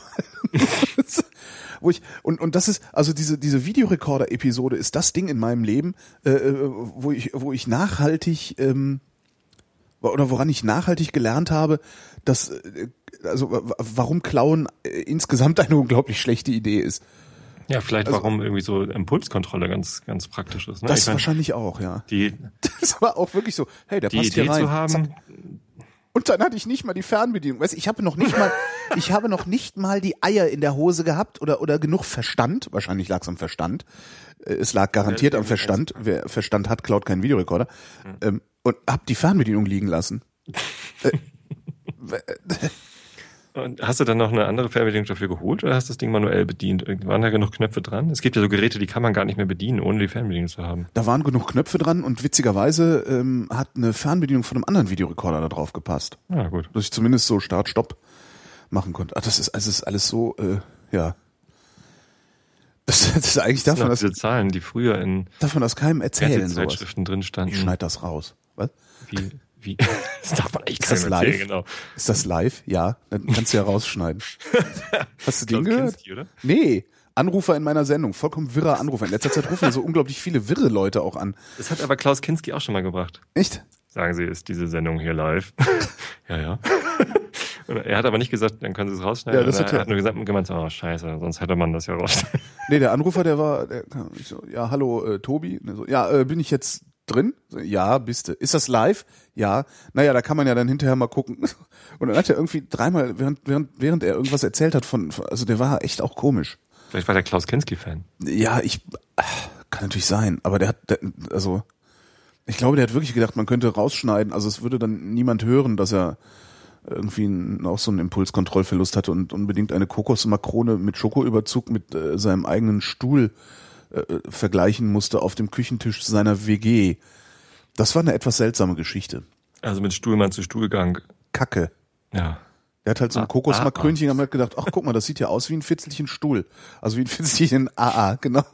Und das ist, also diese Videorekorder-Episode ist das Ding in meinem Leben, wo ich nachhaltig, oder woran ich nachhaltig gelernt habe, dass, warum Klauen insgesamt eine unglaublich schlechte Idee ist. Ja, vielleicht warum irgendwie so Impulskontrolle ganz, ganz praktisch ist. Ne? Das wahrscheinlich auch, ja. Das war auch wirklich so, hey, der passt Idee hier rein. Zu haben, zack. Und dann hatte ich nicht mal die Fernbedienung. Weißt du, ich habe noch nicht mal die Eier in der Hose gehabt oder genug Verstand. Wahrscheinlich lag es am Verstand. Es lag garantiert am Verstand. Wer Verstand hat, klaut keinen Videorekorder. Und hab die Fernbedienung liegen lassen. Und hast du dann noch eine andere Fernbedienung dafür geholt oder hast du das Ding manuell bedient? Waren da genug Knöpfe dran? Es gibt ja so Geräte, die kann man gar nicht mehr bedienen, ohne die Fernbedienung zu haben. Da waren genug Knöpfe dran und witzigerweise hat eine Fernbedienung von einem anderen Videorekorder da drauf gepasst. Ah, gut. Dass ich zumindest so Start-Stopp machen konnte. Ach, das ist alles so, ja. Das ist eigentlich, darf man das... diese Zahlen, die früher in... Darf man das keinem erzählen, Zeitschriften drin standen. Ich schneid das raus. Was? Wie? Das darf man echt Ist das live? erzählen, genau. Ist das live? Ja, dann kannst du ja rausschneiden. Hast du den Klaus gehört? Kinski, oder? Nee, Anrufer in meiner Sendung, vollkommen wirrer Anrufer. In letzter Zeit rufen ja so unglaublich viele wirre Leute auch an. Das hat aber Klaus Kinski auch schon mal gebracht. Echt? Sagen Sie, ist diese Sendung hier live? Ja. Und er hat aber nicht gesagt, dann können Sie es rausschneiden. Ja, das er hat nur gemeint, oh scheiße, sonst hätte man das ja rausschneiden. Nee, der Anrufer, ich so, ja, hallo, Tobi. So, ja, bin ich jetzt drin? So, ja, bist du. Ist das live? Ja. Naja, da kann man ja dann hinterher mal gucken. Und dann hat er irgendwie dreimal, während er irgendwas erzählt hat also der war echt auch komisch. Vielleicht war der Klaus Kinski-Fan. Ja, kann natürlich sein, aber ich glaube, der hat wirklich gedacht, man könnte rausschneiden, also es würde dann niemand hören, dass er irgendwie auch so einen Impulskontrollverlust hatte und unbedingt eine Kokosmakrone mit Schokoüberzug mit seinem eigenen Stuhl vergleichen musste auf dem Küchentisch seiner WG. Das war eine etwas seltsame Geschichte. Also mit Stuhlmann zu Stuhlgang. Kacke. Ja. Der hat halt so ein Kokosmakrönchen und hat gedacht, ach guck mal, das sieht ja aus wie ein Fitzelchen Stuhl. Also wie ein Fitzelchen AA, genau.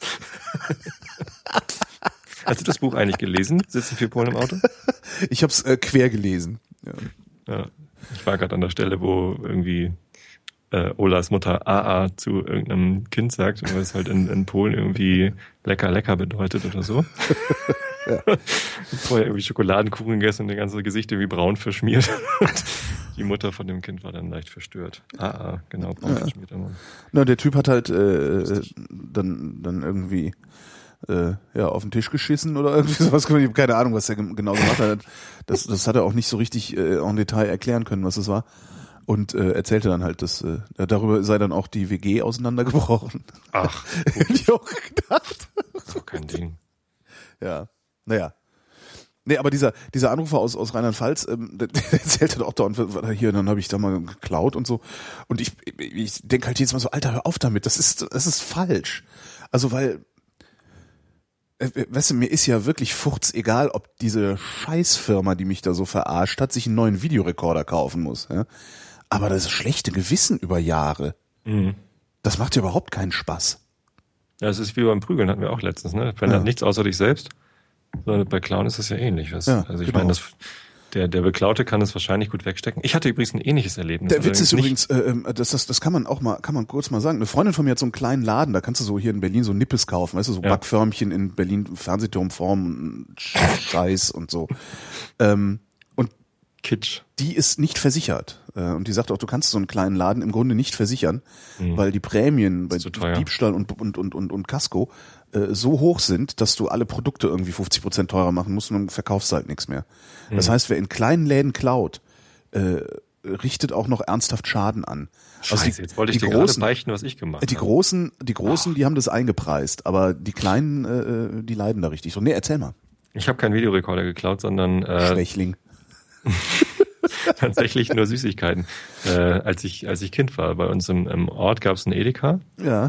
Hast du das Buch eigentlich gelesen? Sitzen 4 Polen im Auto? Ich hab's quer gelesen. Ja. Ich war gerade an der Stelle, wo irgendwie Olas Mutter AA zu irgendeinem Kind sagt, weil es halt in Polen irgendwie lecker bedeutet oder so. Ja. Vorher irgendwie Schokoladenkuchen gegessen und das ganze Gesicht irgendwie braun verschmiert. Und die Mutter von dem Kind war dann leicht verstört. Genau, braun verschmiert. Na, der Typ hat halt dann irgendwie auf den Tisch geschissen oder irgendwie sowas. Ich habe keine Ahnung, was er genau gemacht hat. Das hat er auch nicht so richtig en Detail erklären können, was es war. Und erzählte dann halt, dass darüber sei dann auch die WG auseinandergebrochen. Ach, hätte ich auch gedacht. Das ist doch kein Ding. Ja, naja. Nee, aber dieser Anrufer aus Rheinland-Pfalz, der erzählte doch da, und hier, dann habe ich da mal geklaut und so. Und ich denke halt jetzt mal so, Alter, hör auf damit, das ist falsch. Also weil, weißt du, mir ist ja wirklich fuchtsegal, ob diese Scheißfirma, die mich da so verarscht hat, sich einen neuen Videorekorder kaufen muss. Ja? Aber das schlechte Gewissen über Jahre, das macht ja überhaupt keinen Spaß. Ja, es ist wie beim Prügeln, hatten wir auch letztens, ne? Wenn hat nichts außer dich selbst. Bei Klauen ist das ja ähnlich. Also ich meine, der Beklaute kann es wahrscheinlich gut wegstecken. Ich hatte übrigens ein ähnliches Erlebnis. Der Witz ist übrigens, das kann man kurz mal sagen. Eine Freundin von mir hat so einen kleinen Laden, da kannst du so hier in Berlin so Nippes kaufen, weißt du, so Backförmchen in Berlin, Fernsehturmform, Scheiß und so. Und Kitsch. Die ist nicht versichert. Und die sagt auch, du kannst so einen kleinen Laden im Grunde nicht versichern, weil die Prämien bei Diebstahl und Kasko so hoch sind, dass du alle Produkte irgendwie 50% teurer machen musst und dann verkaufst du halt nichts mehr. Das heißt, wer in kleinen Läden klaut, richtet auch noch ernsthaft Schaden an. Scheiße, jetzt wollte ich dir gerade beichten, was ich gemacht habe. Die Großen, die haben das eingepreist, aber die Kleinen, die leiden da richtig. So, nee, erzähl mal. Ich habe keinen Videorekorder geklaut, sondern Schwächling. tatsächlich nur Süßigkeiten. Als ich Kind war, bei uns im Ort gab es einen Edeka. Ja.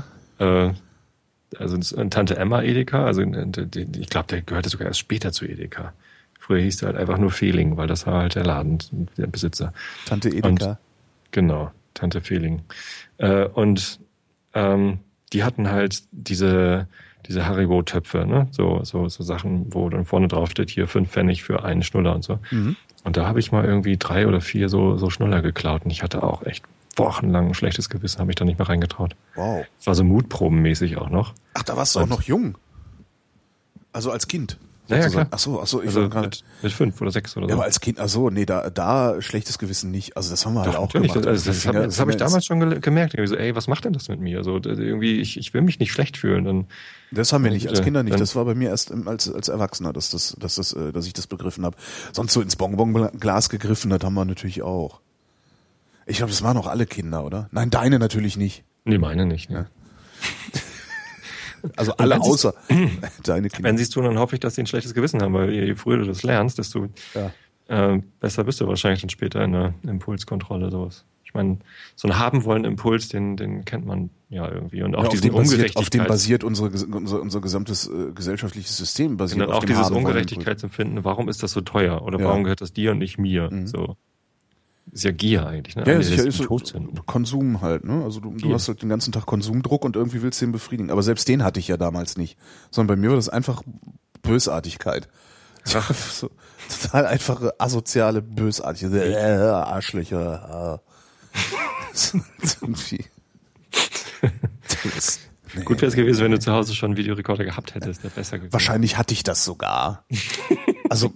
Also Tante Emma Edeka. Also ich glaube, der gehörte sogar erst später zu Edeka. Früher hieß der halt einfach nur Fehling, weil das war halt der Laden, der Besitzer. Tante Edeka. Genau, Tante Fehling. Und die hatten halt diese Haribo-Töpfe, ne? So Sachen, wo dann vorne drauf steht, hier 5 Pfennig für einen Schnuller und so. Mhm. Und da habe ich mal irgendwie 3 oder 4 so Schnuller geklaut. Und ich hatte auch echt wochenlang ein schlechtes Gewissen, habe ich da nicht mehr reingetraut. Wow. Das war so mutprobenmäßig auch noch. Ach, da warst du auch noch jung. Also als Kind. Ja, klar. Ach so, ich also war gerade mit 5 oder 6 oder so. Ja, aber als Kind, nee, da schlechtes Gewissen nicht. Also das haben wir halt auch natürlich, gemacht. Das habe ich damals schon gemerkt. Irgendwie so, ey, was macht denn das mit mir? Also irgendwie, ich will mich nicht schlecht fühlen. Dann das haben wir nicht, als Kinder nicht. Das war bei mir erst als Erwachsener, dass ich das begriffen habe. Sonst so ins Bonbonglas gegriffen, das haben wir natürlich auch. Ich glaube, das waren auch alle Kinder, oder? Nein, deine natürlich nicht. Nee, meine nicht. Ne? Ja. Also alle außer deine Kinder. Wenn sie es tun, dann hoffe ich, dass sie ein schlechtes Gewissen haben, weil je früher du das lernst, desto besser bist du wahrscheinlich dann später in der Impulskontrolle, sowas. Ich meine, so ein Haben-wollen-Impuls, den kennt man ja irgendwie. Und auch diese Ungerechtigkeit. Auf dem basiert unser gesamtes gesellschaftliches System. Basiert und dann auf auch dem dieses Ungerechtigkeitsempfinden, warum ist das so teuer? Oder warum gehört das dir und nicht mir? Mhm. So. Ist ja Gier eigentlich, ne? Ja, sicher ist Konsum halt, ne? Also du hast halt den ganzen Tag Konsumdruck und irgendwie willst du den befriedigen. Aber selbst den hatte ich ja damals nicht. Sondern bei mir war das einfach Bösartigkeit. So, total einfache, asoziale Bösartigkeit. Arschlöcher. Irgendwie. Gut wäre es gewesen, wenn du zu Hause schon einen Videorekorder gehabt hättest, der besser gewesen. Wahrscheinlich hatte ich das sogar. Also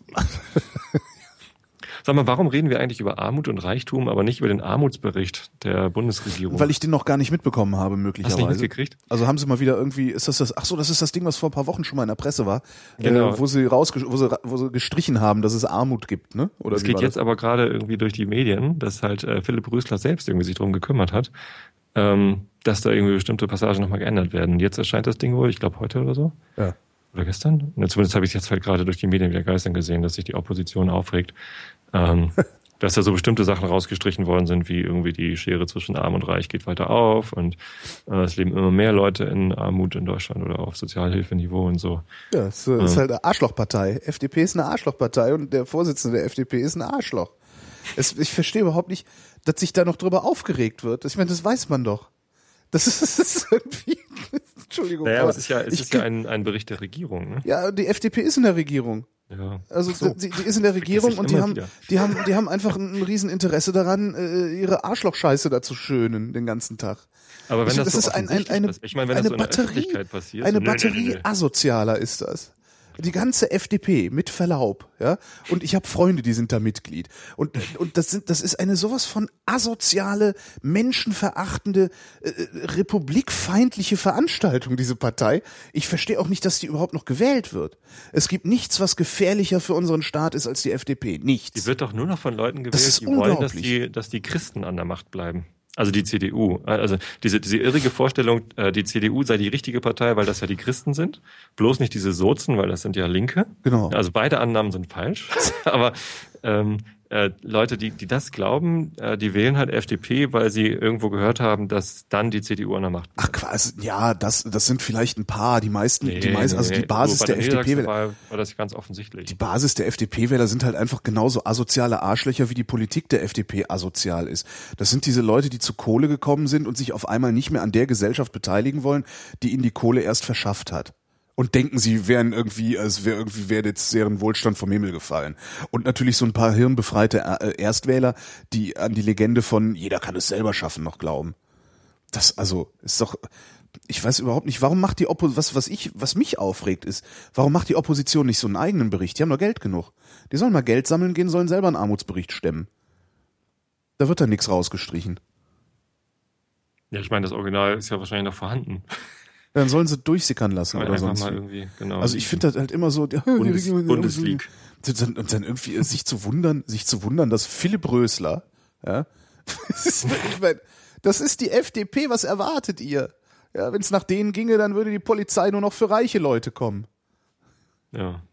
Sag mal, warum reden wir eigentlich über Armut und Reichtum, aber nicht über den Armutsbericht der Bundesregierung? Weil ich den noch gar nicht mitbekommen habe, möglicherweise. Hast du nicht mitgekriegt? Also haben sie mal wieder irgendwie, das ist das Ding, was vor ein paar Wochen schon mal in der Presse war, genau. wo sie gestrichen haben, dass es Armut gibt, ne? Oder es geht jetzt aber gerade irgendwie durch die Medien, dass halt Philipp Rösler selbst irgendwie sich drum gekümmert hat, dass da irgendwie bestimmte Passagen nochmal geändert werden. Jetzt erscheint das Ding wohl, ich glaube heute oder so. Ja. Oder gestern? Ja, zumindest habe ich es jetzt halt gerade durch die Medien wieder geistern gesehen, dass sich die Opposition aufregt. Dass da so bestimmte Sachen rausgestrichen worden sind, wie irgendwie die Schere zwischen Arm und Reich geht weiter auf und es leben immer mehr Leute in Armut in Deutschland oder auf Sozialhilfeniveau und so. Ja, es ist halt eine Arschlochpartei. FDP ist eine Arschlochpartei und der Vorsitzende der FDP ist ein Arschloch. Ich verstehe überhaupt nicht, dass sich da noch drüber aufgeregt wird. Ich meine, das weiß man doch. Das ist irgendwie... Entschuldigung. Naja, aber es ist ja ein Bericht der Regierung, ne? Ja, die FDP ist in der Regierung. Ja. Also die ist in der Regierung und die haben einfach ein Rieseninteresse daran, ihre Arschlochscheiße da zu schönen den ganzen Tag. Aber wenn das so ist eine Batterie asozialer ist das. Die ganze FDP, mit Verlaub, ja. Und ich habe Freunde, die sind da Mitglied. Und das ist eine sowas von asoziale, menschenverachtende, republikfeindliche Veranstaltung, diese Partei. Ich verstehe auch nicht, dass die überhaupt noch gewählt wird. Es gibt nichts, was gefährlicher für unseren Staat ist als die FDP. Nichts. Die wird doch nur noch von Leuten gewählt, die wollen, dass die Christen an der Macht bleiben. Also die CDU. Also diese irrige Vorstellung, die CDU sei die richtige Partei, weil das ja die Christen sind. Bloß nicht diese Sozen, weil das sind ja Linke. Genau. Also beide Annahmen sind falsch. Aber Leute, die das glauben, die wählen halt FDP, weil sie irgendwo gehört haben, dass dann die CDU an der Macht bleibt. Ach quasi, ja, das sind vielleicht ein paar. Die meisten, also die Basis der FDP-Wähler. War das ganz offensichtlich. Die Basis der FDP-Wähler sind halt einfach genauso asoziale Arschlöcher, wie die Politik der FDP asozial ist. Das sind diese Leute, die zu Kohle gekommen sind und sich auf einmal nicht mehr an der Gesellschaft beteiligen wollen, die ihnen die Kohle erst verschafft hat. Und denken, sie wären wäre jetzt deren Wohlstand vom Himmel gefallen. Und natürlich so ein paar hirnbefreite Erstwähler, die an die Legende von jeder kann es selber schaffen noch glauben. Das ist doch, ich weiß überhaupt nicht, warum macht die was mich aufregt ist, warum macht die Opposition nicht so einen eigenen Bericht? Die haben doch Geld genug. Die sollen mal Geld sammeln gehen, sollen selber einen Armutsbericht stemmen. Da wird dann nichts rausgestrichen. Ja, ich meine, das Original ist ja wahrscheinlich noch vorhanden. Dann sollen sie durchsickern lassen oder sonst. Mal irgendwie, genau. Also ich finde das halt immer so, Bundesliga. Und dann irgendwie sich zu wundern, dass Philipp Rösler, Ja? Ich mein, das ist die FDP, was erwartet ihr? Ja, wenn es nach denen ginge, dann würde die Polizei nur noch für reiche Leute kommen. Ja.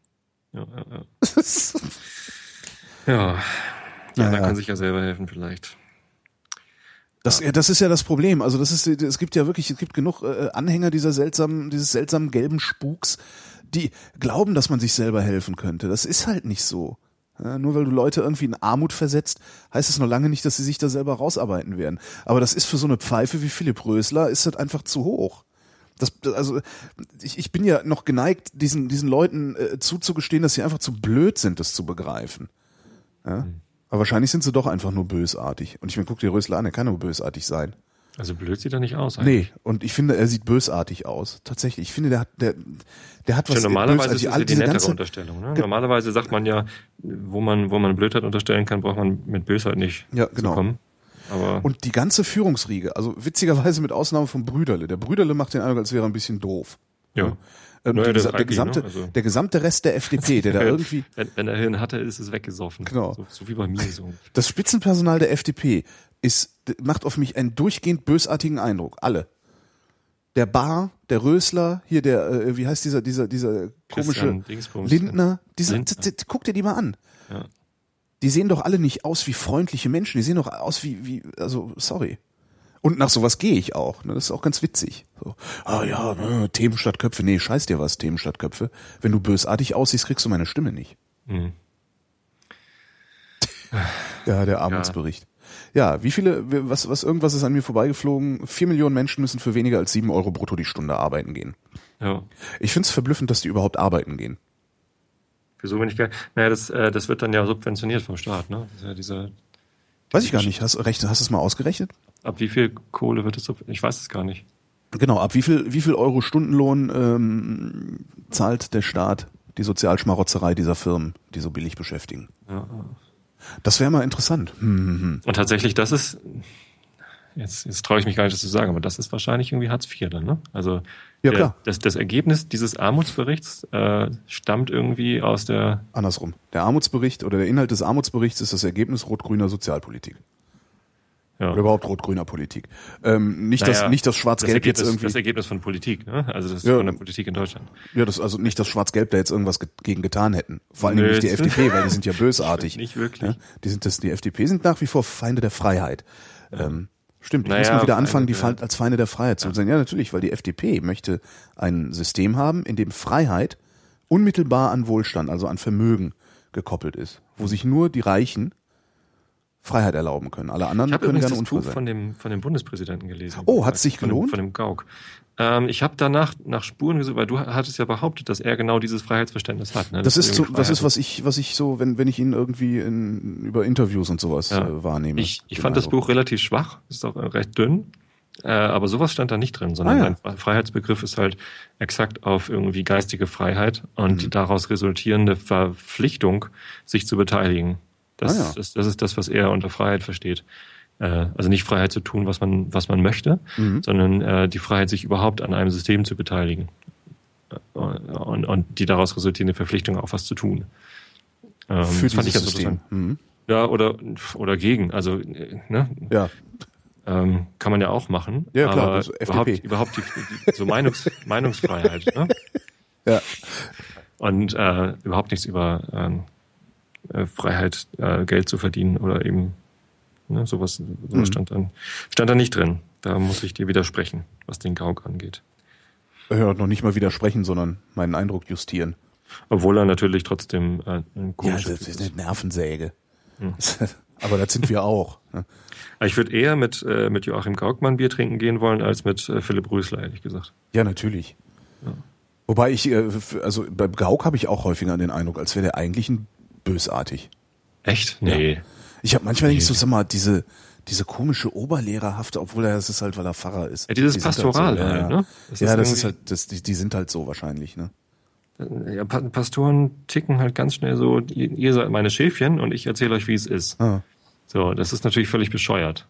Ja, man kann sich ja selber helfen vielleicht. Das ist ja das Problem. Also es gibt genug Anhänger dieses seltsamen gelben Spuks, die glauben, dass man sich selber helfen könnte. Das ist halt nicht so. Ja, nur weil du Leute irgendwie in Armut versetzt, heißt es noch lange nicht, dass sie sich da selber rausarbeiten werden. Aber das ist für so eine Pfeife wie Philipp Rösler, ist das einfach zu hoch. Ich bin ja noch geneigt, diesen Leuten zuzugestehen, dass sie einfach zu blöd sind, das zu begreifen. Ja? Aber wahrscheinlich sind sie doch einfach nur bösartig. Und ich meine, guck dir Rösler an, er kann nur bösartig sein. Also blöd sieht er nicht aus eigentlich. Nee, und ich finde, er sieht bösartig aus. Tatsächlich. Ich finde, der hat was. Normalerweise ist das die nettere Unterstellung. Ne? Normalerweise sagt man ja, wo man Blödheit unterstellen kann, braucht man mit Bösheit nicht zu kommen. Aber und die ganze Führungsriege, also witzigerweise mit Ausnahme von Brüderle. Der Brüderle macht den Eindruck, als wäre er ein bisschen doof. Ja. Der gesamte Rest der FDP, der da irgendwie... Wenn er Hirn hatte, ist es weggesoffen. Genau. So wie bei mir so. Das Spitzenpersonal der FDP macht auf mich einen durchgehend bösartigen Eindruck. Alle. Der Bahr, der Rösler, hier der, wie heißt dieser komische Lindner. Guck dir die mal an. Ja. Die sehen doch alle nicht aus wie freundliche Menschen. Die sehen doch aus also sorry. Und nach sowas gehe ich auch. Ne? Das ist auch ganz witzig. So, Themen statt Köpfe. Nee, scheiß dir was, Themen statt Köpfe. Wenn du bösartig aussiehst, kriegst du meine Stimme nicht. Mhm. Ja, der Armutsbericht. Ja, irgendwas ist an mir vorbeigeflogen. 4 Millionen Menschen müssen für weniger als 7 Euro brutto die Stunde arbeiten gehen. Ja. Ich find's verblüffend, dass die überhaupt arbeiten gehen. Wieso bin ich geil? Naja, das wird dann ja subventioniert vom Staat, ne? Das ist ja dieser. Weiß ich gar nicht. Hast du es mal ausgerechnet? Ab wie viel Kohle wird es? Ich weiß es gar nicht. Genau, ab wie viel Euro Stundenlohn zahlt der Staat die Sozialschmarotzerei dieser Firmen, die so billig beschäftigen? Ja. Das wäre mal interessant. Und tatsächlich, das ist, jetzt traue ich mich gar nicht, das zu sagen, aber das ist wahrscheinlich irgendwie Hartz IV dann, ne? Also ja, klar. Das Ergebnis dieses Armutsberichts stammt irgendwie aus der... Andersrum. Der Armutsbericht oder der Inhalt des Armutsberichts ist das Ergebnis rot-grüner Sozialpolitik. Ja. Oder überhaupt rot-grüner Politik. Nicht das Schwarz-Gelb jetzt irgendwie... Das Ergebnis von Politik, ne? Also das ist von der Politik in Deutschland. Ja, also nicht das Schwarz-Gelb da jetzt irgendwas gegen getan hätten. Vor allem nicht die FDP, weil die sind ja bösartig. Nicht wirklich. Ja? Die FDP sind nach wie vor Feinde der Freiheit. Ja. Stimmt, die müssen wieder anfangen, die als Feinde der Freiheit zu sein. Ja, natürlich, weil die FDP möchte ein System haben, in dem Freiheit unmittelbar an Wohlstand, also an Vermögen gekoppelt ist. Wo sich nur die Reichen Freiheit erlauben können. Alle anderen können gerne unfrei sein. Ich habe das Buch von dem Bundespräsidenten gelesen. Oh, hat es sich gelohnt? Von dem Gauck. Ich habe danach nach Spuren gesucht, weil du hattest ja behauptet, dass er genau dieses Freiheitsverständnis hat. Ne? Das ist was ich so, wenn ich ihn irgendwie über Interviews und sowas wahrnehme. Ich fand das Buch relativ schwach, ist auch recht dünn. Aber sowas stand da nicht drin, sondern ein Freiheitsbegriff ist halt exakt auf irgendwie geistige Freiheit und die daraus resultierende Verpflichtung, sich zu beteiligen. Das ist das, was er unter Freiheit versteht. Also nicht Freiheit zu tun, was man möchte, sondern die Freiheit, sich überhaupt an einem System zu beteiligen und die daraus resultierende Verpflichtung, auch was zu tun. Für dieses System. Ja, oder gegen. Also ne? Ja. Kann man ja auch machen. Ja, klar, aber also FDP. überhaupt die so Meinungsfreiheit. Ne? Ja. Und überhaupt nichts über Freiheit, Geld zu verdienen oder eben sowas stand da nicht drin. Da muss ich dir widersprechen, was den Gauck angeht. Ja, noch nicht mal widersprechen, sondern meinen Eindruck justieren. Obwohl er natürlich trotzdem ein komischer das ist eine Nervensäge. Aber das sind wir auch. Ne? Ich würde eher mit Joachim Gauck mal ein Bier trinken gehen wollen, als mit Philipp Rösler, ehrlich gesagt. Ja, natürlich. Ja. Wobei also beim Gauck habe ich auch häufiger den Eindruck, als wäre der eigentlich bösartig. Echt? Nee. Ja. Ich habe manchmal denke ich so, sag mal, diese komische Oberlehrerhafte, obwohl das ist halt, weil er Pfarrer ist. Ja, dieses Pastoral halt, ne? Das ist halt, die sind halt so wahrscheinlich, ne? Ja, Pastoren ticken halt ganz schnell so, ihr seid meine Schäfchen und ich erzähle euch, wie es ist. Ah. So, das ist natürlich völlig bescheuert.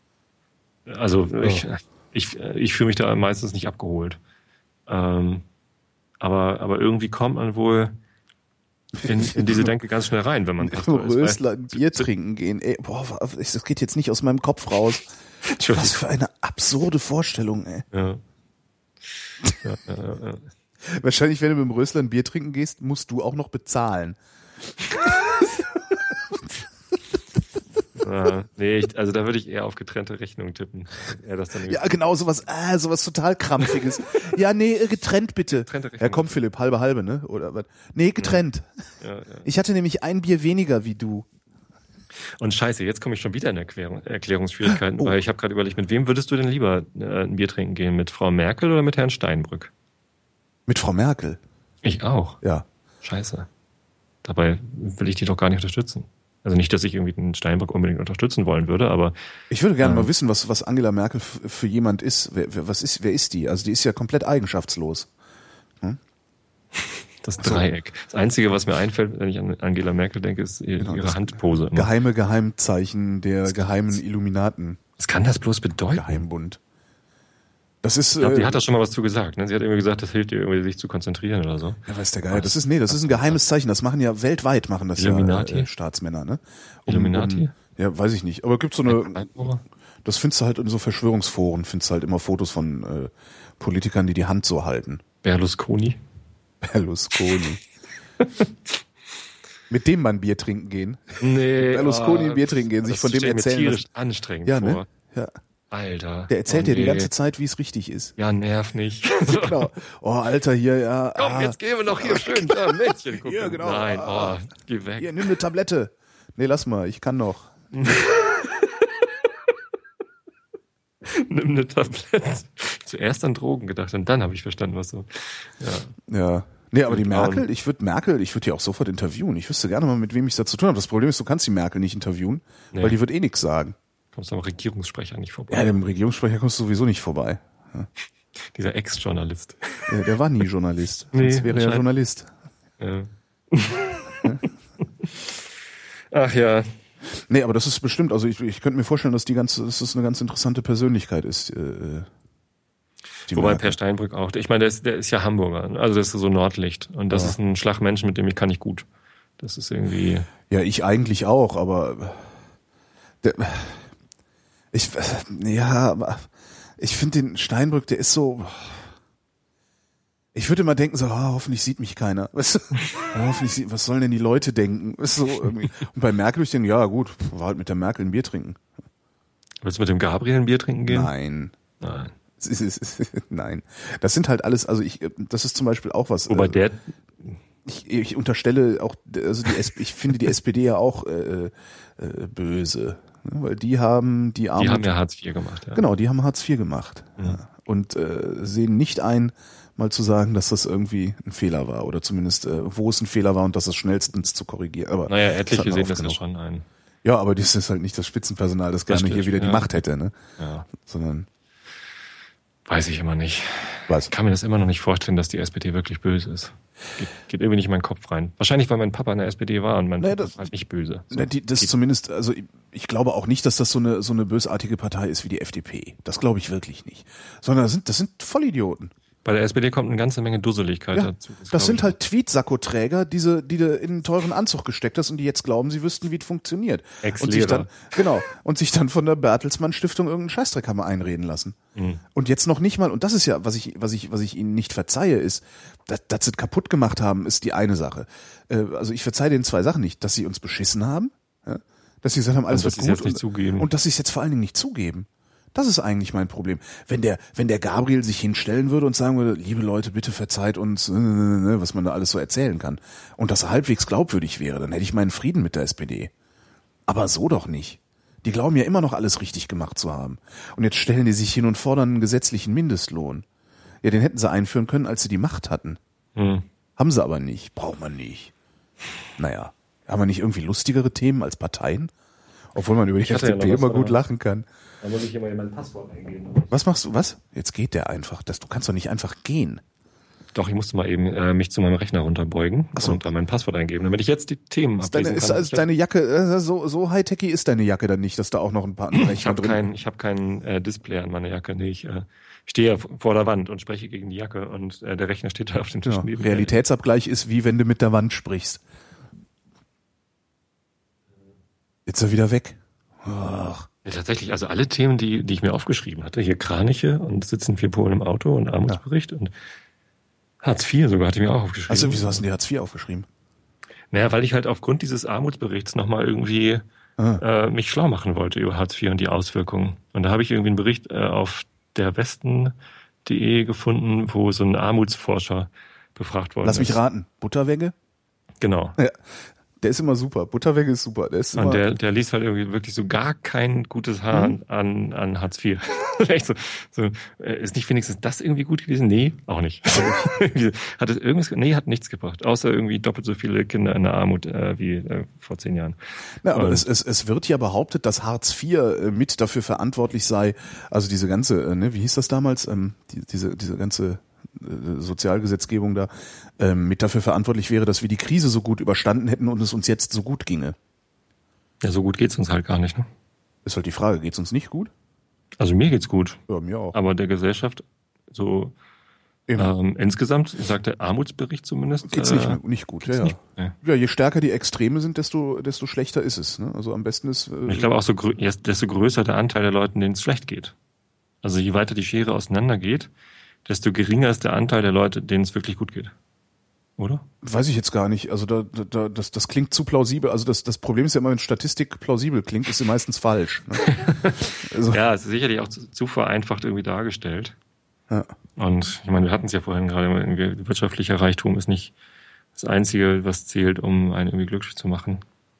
Also ich fühle mich da meistens nicht abgeholt. Aber irgendwie kommt man wohl in diese Denke ganz schnell rein, wenn man Pastor ist. Rösler ein Bier trinken gehen. Ey, boah, das geht jetzt nicht aus meinem Kopf raus. Was für eine absurde Vorstellung, ey. Ja. Wahrscheinlich, wenn du mit dem Rösler ein Bier trinken gehst, musst du auch noch bezahlen. Nee, also da würde ich eher auf getrennte Rechnungen tippen. Ja, genau, sowas total Krampfiges. Ja, nee, getrennt bitte. Ja, komm Philipp, halbe, ne? Oder was? Nee, getrennt. Ja. Ich hatte nämlich ein Bier weniger wie du. Und scheiße, jetzt komme ich schon wieder in Erklärungsschwierigkeiten, weil ich habe gerade überlegt, mit wem würdest du denn lieber ein Bier trinken gehen? Mit Frau Merkel oder mit Herrn Steinbrück? Mit Frau Merkel. Ich auch. Ja. Scheiße. Dabei will ich die doch gar nicht unterstützen. Also nicht, dass ich irgendwie den Steinbrück unbedingt unterstützen wollen würde, aber... Ich würde gerne mal wissen, was Angela Merkel für jemand ist. Wer ist die? Also die ist ja komplett eigenschaftslos. Hm? Das Dreieck. Das Einzige, was mir einfällt, wenn ich an Angela Merkel denke, ist ihre Handpose. Geheimzeichen der geheimen Illuminaten. Was kann das bloß bedeuten? Geheimbund. Das ist, ich glaube, die hat da schon mal was zu gesagt. Ne? Sie hat irgendwie gesagt, das hilft ihr irgendwie, sich zu konzentrieren oder so. Ja, weiß der Geil. Das ist ein geheimes Zeichen. Das machen ja weltweit, Illuminati? Ja Staatsmänner, ne? Illuminati? Ja, weiß ich nicht. Aber gibt so eine, das findest du halt in so Verschwörungsforen, findest du halt immer Fotos von Politikern, die Hand so halten. Berlusconi. Mit dem man Bier trinken gehen. Nee. Berlusconi Bier trinken gehen, sich von dem erzählen. Das ist tierisch anstrengend vor. Ne? Ja. Alter. Der erzählt dir die ganze Zeit, wie es richtig ist. Ja, nerv nicht. Genau. Oh, Alter, hier, ja. Komm, jetzt gehen wir noch hier schön da Mädchen gucken. Hier, genau. Nein, geh weg. Hier, nimm eine Tablette. Nee, lass mal, ich kann noch. Nimm eine Tablette. Zuerst an Drogen gedacht und dann habe ich verstanden, was so. Ja. Nee, aber die Merkel, ich würde die auch sofort interviewen. Ich wüsste gerne mal, mit wem ich da zu tun habe. Das Problem ist, du kannst die Merkel nicht interviewen, weil die wird eh nichts sagen. Kommst du am Regierungssprecher nicht vorbei? Ja, dem Regierungssprecher kommst du sowieso nicht vorbei. Ja. Dieser Ex-Journalist. Ja, der war nie Journalist. Nee, sonst wäre er Journalist. Ja. Ach ja. Nee, aber das ist bestimmt, also ich könnte mir vorstellen, dass dass das eine ganz interessante Persönlichkeit ist. Wobei Per Steinbrück auch. Ich meine, der ist ja Hamburger, also das ist so Nordlicht. Und das ist ein Schlagmensch, mit dem kann ich gut. Das ist irgendwie... Ja, ich eigentlich auch, aber... Ich finde den Steinbrück, der ist so... Ich würde immer denken so, hoffentlich sieht mich keiner. Weißt du? Was sollen denn die Leute denken? Weißt du, irgendwie. Und bei Merkel würde ich denken, ja gut, war halt mit der Merkel ein Bier trinken. Willst du mit dem Gabriel ein Bier trinken gehen? Nein. Nein. Das sind halt alles, also das ist zum Beispiel auch was. Wobei ich unterstelle auch, also ich finde die SPD ja auch böse. Weil die haben ja Hartz IV gemacht. Ja. Genau, die haben Hartz IV gemacht. Ja. Und sehen nicht ein, mal zu sagen, dass das irgendwie ein Fehler war. Oder zumindest, wo es ein Fehler war und das schnellstens zu korrigieren. Aber naja, etliche sehen das ja schon ein. Ja, aber das ist halt nicht das Spitzenpersonal, das gerne hier wieder die Macht hätte, ne? Ja. Sondern... Weiß ich immer nicht. Was? Ich kann mir das immer noch nicht vorstellen, dass die SPD wirklich böse ist. Geht irgendwie nicht in meinen Kopf rein. Wahrscheinlich, weil mein Papa in der SPD war und mein Papa ist halt nicht böse. So. Das zumindest, also ich glaube auch nicht, dass das so eine bösartige Partei ist wie die FDP. Das glaube ich wirklich nicht. Sondern das sind Vollidioten. Bei der SPD kommt eine ganze Menge Dusseligkeit dazu. Das sind halt Tweetsackoträger, die du in einen teuren Anzug gesteckt hast und die jetzt glauben, sie wüssten, wie es funktioniert. Ex-Lehrer. Und sich dann von der Bertelsmann Stiftung irgendeinen Scheißdreck haben einreden lassen. Mhm. Und jetzt noch nicht mal, und das ist ja, was ich ihnen nicht verzeihe, ist, dass sie kaputt gemacht haben, ist die eine Sache. Also ich verzeihe denen zwei Sachen nicht, dass sie uns beschissen haben, ja? Dass sie gesagt haben, alles wird gut, jetzt nicht zugeben. Und dass sie es jetzt vor allen Dingen nicht zugeben. Das ist eigentlich mein Problem. Wenn der Gabriel sich hinstellen würde und sagen würde, liebe Leute, bitte verzeiht uns, was man da alles so erzählen kann, und das halbwegs glaubwürdig wäre, dann hätte ich meinen Frieden mit der SPD. Aber so doch nicht. Die glauben ja immer noch alles richtig gemacht zu haben. Und jetzt stellen die sich hin und fordern einen gesetzlichen Mindestlohn. Ja, den hätten sie einführen können, als sie die Macht hatten. Hm. Haben sie aber nicht. Braucht man nicht. Naja, haben wir nicht irgendwie lustigere Themen als Parteien? Obwohl man über die FDP immer gut lachen kann. Da muss ich immer mein Passwort eingeben. Was machst du? Was? Jetzt geht der einfach. Du kannst doch nicht einfach gehen. Doch, ich musste mal eben mich zu meinem Rechner runterbeugen und da mein Passwort eingeben, damit ich jetzt die Themen ablesen kann. Ist deine Jacke, so high-techy ist deine Jacke dann nicht, dass da auch noch ein paar Rechner drin sind? Ich habe kein Display an meiner Jacke. Nee, ich stehe ja vor der Wand und spreche gegen die Jacke und der Rechner steht da auf dem Tisch neben mir. Realitätsabgleich ist, wie wenn du mit der Wand sprichst. Jetzt ist er wieder weg. Ach. Ja, tatsächlich, also alle Themen, die ich mir aufgeschrieben hatte, hier Kraniche und sitzen 4 Polen im Auto und Armutsbericht und Hartz IV sogar hatte ich mir auch aufgeschrieben. Also wieso hast du dir Hartz IV aufgeschrieben? Naja, weil ich halt aufgrund dieses Armutsberichts nochmal irgendwie mich schlau machen wollte über Hartz IV und die Auswirkungen. Und da habe ich irgendwie einen Bericht auf derwesten.de gefunden, wo so ein Armutsforscher befragt worden ist. Lass mich raten, Butterwegge? Genau. Ja. Der ist immer super. Butterwegge ist super. Und der liest halt irgendwie wirklich so gar kein gutes Haar an Hartz IV. Echt so, ist nicht wenigstens das irgendwie gut gewesen? Nee, auch nicht. Hat es irgendwas? Nee, hat nichts gebracht. Außer irgendwie doppelt so viele Kinder in der Armut wie vor 10 Jahren. Na, aber es wird ja behauptet, dass Hartz IV mit dafür verantwortlich sei. Also diese ganze, wie hieß das damals? Diese ganze Sozialgesetzgebung da mit dafür verantwortlich wäre, dass wir die Krise so gut überstanden hätten und es uns jetzt so gut ginge. Ja, so gut geht's uns halt gar nicht, ne? Ist halt die Frage, geht's uns nicht gut? Also mir geht's gut. Ja, mir auch. Aber der Gesellschaft so insgesamt, sagt der Armutsbericht zumindest. Geht's nicht gut, ja. Ja, je stärker die Extreme sind, desto schlechter ist es. Ne? Also am besten ist... ich glaube auch, desto größer der Anteil der Leute, denen es schlecht geht. Also je weiter die Schere auseinander geht, desto geringer ist der Anteil der Leute, denen es wirklich gut geht. Oder? Weiß ich jetzt gar nicht. Also das klingt zu plausibel. Also das Problem ist ja immer, wenn Statistik plausibel klingt, ist sie meistens falsch. Ne? Also. Ja, es ist sicherlich auch zu vereinfacht irgendwie dargestellt. Ja. Und ich meine, wir hatten es ja vorhin gerade, wirtschaftlicher Reichtum ist nicht das Einzige, was zählt, um einen irgendwie glücklich zu machen.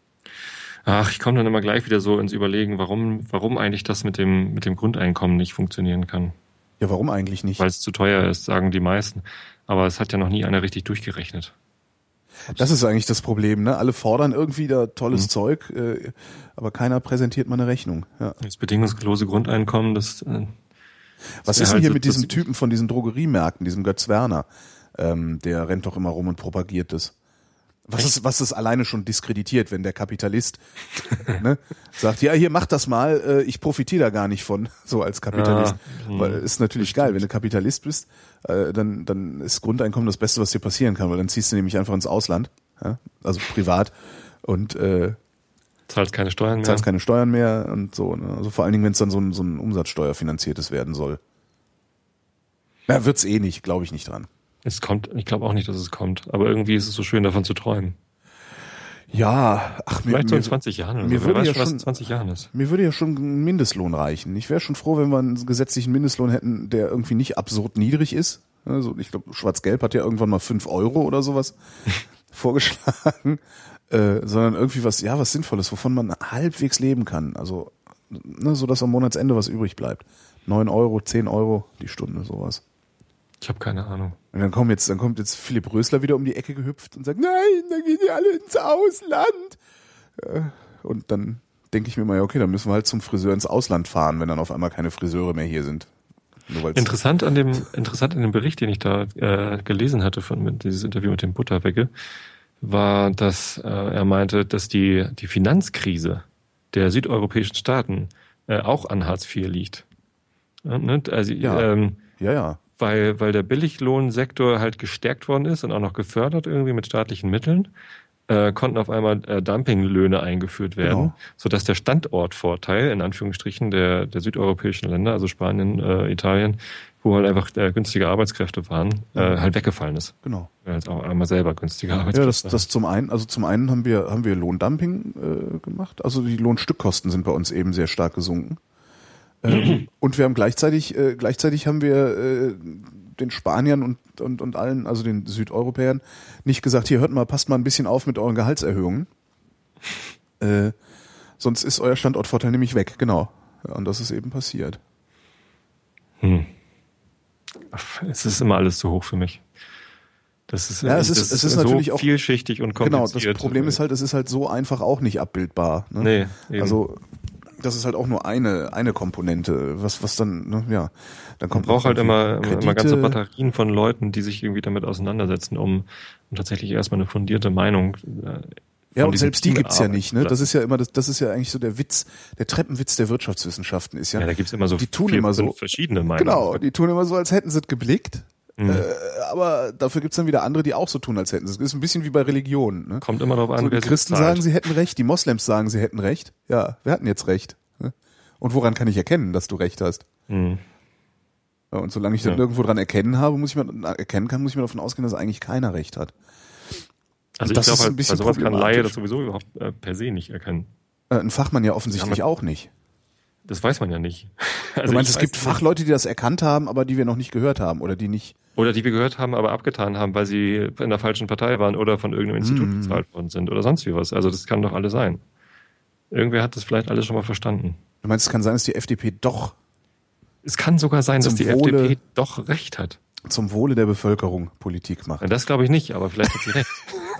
Ach, ich komme dann immer gleich wieder so ins Überlegen, warum eigentlich das mit dem Grundeinkommen nicht funktionieren kann. Ja, warum eigentlich nicht? Weil es zu teuer ist, sagen die meisten. Aber es hat ja noch nie einer richtig durchgerechnet. Das ist eigentlich das Problem, ne? Alle fordern irgendwie da tolles Zeug, aber keiner präsentiert mal eine Rechnung. Ja. Das bedingungslose Grundeinkommen, was ist denn halt hier so, mit diesem Typen von diesen Drogeriemärkten, diesem Götz Werner? Der rennt doch immer rum und propagiert das. Was ist alleine schon diskreditiert, wenn der Kapitalist ne, sagt, ja, hier mach das mal, ich profitiere da gar nicht von, so als Kapitalist. Weil ist natürlich geil, wenn du Kapitalist bist, dann ist Grundeinkommen das Beste, was dir passieren kann, weil dann ziehst du nämlich einfach ins Ausland, ja, also privat und zahlst keine Steuern mehr und so. Ne? Also vor allen Dingen, wenn es dann so ein umsatzsteuerfinanziertes werden soll. Ja, wird's eh nicht, glaube ich nicht dran. Ich glaube auch nicht, dass es kommt. Aber irgendwie ist es so schön, davon zu träumen. Ja, vielleicht so in 20 Jahren oder so. Würde ja was in 20 Jahren ist. Mir würde ja schon ein Mindestlohn reichen. Ich wäre schon froh, wenn wir einen gesetzlichen Mindestlohn hätten, der irgendwie nicht absurd niedrig ist. Also ich glaube, Schwarz-Gelb hat ja irgendwann mal 5 Euro oder sowas vorgeschlagen. Sondern irgendwie was Sinnvolles, wovon man halbwegs leben kann. Also, ne, so dass am Monatsende was übrig bleibt. 9 Euro, 10 Euro die Stunde, sowas. Ich habe keine Ahnung. Und dann kommt jetzt Philipp Rösler wieder um die Ecke gehüpft und sagt, nein, dann gehen die alle ins Ausland. Und dann denke ich mir mal, ja, okay, dann müssen wir halt zum Friseur ins Ausland fahren, wenn dann auf einmal keine Friseure mehr hier sind. Interessant an dem Bericht, den ich da gelesen hatte dieses Interview mit dem Butterwegge, war, dass er meinte, dass die Finanzkrise der südeuropäischen Staaten auch an Hartz IV liegt. Ja, ne? Also, ja. Weil der Billiglohnsektor halt gestärkt worden ist und auch noch gefördert irgendwie mit staatlichen Mitteln, konnten auf einmal Dumpinglöhne eingeführt werden, sodass der Standortvorteil, in Anführungsstrichen, der südeuropäischen Länder, also Spanien, Italien, wo halt einfach günstige Arbeitskräfte waren, halt weggefallen ist. Genau. Weil halt auch einmal selber günstige Arbeitskräfte. Ja, das zum einen haben wir Lohndumping gemacht, also die Lohnstückkosten sind bei uns eben sehr stark gesunken. Und wir haben gleichzeitig haben wir den Spaniern und allen, also den Südeuropäern, nicht gesagt, hier hört mal, passt mal ein bisschen auf mit euren Gehaltserhöhungen. Sonst ist euer Standortvorteil nämlich weg, genau. Ja, und das ist eben passiert. Es ist immer alles zu hoch für mich. Es ist so natürlich auch vielschichtig und kompliziert. Genau, das Problem ist halt, es ist halt so einfach auch nicht abbildbar. Ne? Nee, eben. Also das ist halt auch nur eine Komponente, was dann, ne, ja, dann kommt man braucht halt immer ganze Kredite. Batterien von Leuten, die sich irgendwie damit auseinandersetzen, um tatsächlich erstmal eine fundierte Meinung Ja, von und diesem selbst die Team gibt's ja arbeiten nicht, ne? zu Das ist ja immer, das ist ja eigentlich so der Witz, der Treppenwitz der Wirtschaftswissenschaften ist ja. Ja, da gibt's immer so die tun 4, immer so 5 verschiedene Meinungen. Genau, die tun immer so, als hätten sie es geblickt. Aber dafür gibt's dann wieder andere, die auch so tun, als hätten sie es. Das ist ein bisschen wie bei Religion. Ne? Kommt immer darauf an, So, die wer Christen sie bezahlt. sagen, sie hätten recht, die Moslems sagen, sie hätten recht. Ja, wir hatten jetzt recht. Ne? Und woran kann ich erkennen, dass du recht hast? Mhm. Ja, und solange ich dann Ja. irgendwo dran erkennen kann, muss ich mir davon ausgehen, dass eigentlich keiner recht hat. Also das ich ist glaube ein halt, bei bisschen sowas kann Laie das problematisch. sowieso überhaupt per se nicht erkennen. Ein Fachmann ja offensichtlich Ja, man- auch nicht. Das weiß man ja nicht. Also Du meinst, ich es gibt weiß nicht. Fachleute, die das erkannt haben, aber die wir noch nicht gehört haben oder die nicht. Oder die wir gehört haben, aber abgetan haben, weil sie in der falschen Partei waren oder von irgendeinem Institut bezahlt worden sind oder sonst wie was. Also das kann doch alles sein. Irgendwer hat das vielleicht alles schon mal verstanden. Du meinst, es kann sein, dass die FDP doch Es kann sogar sein, dass Zum die Wohle- FDP doch recht hat. zum Wohle der Bevölkerung Politik macht. Ja, das glaube ich nicht, aber vielleicht hat sie recht.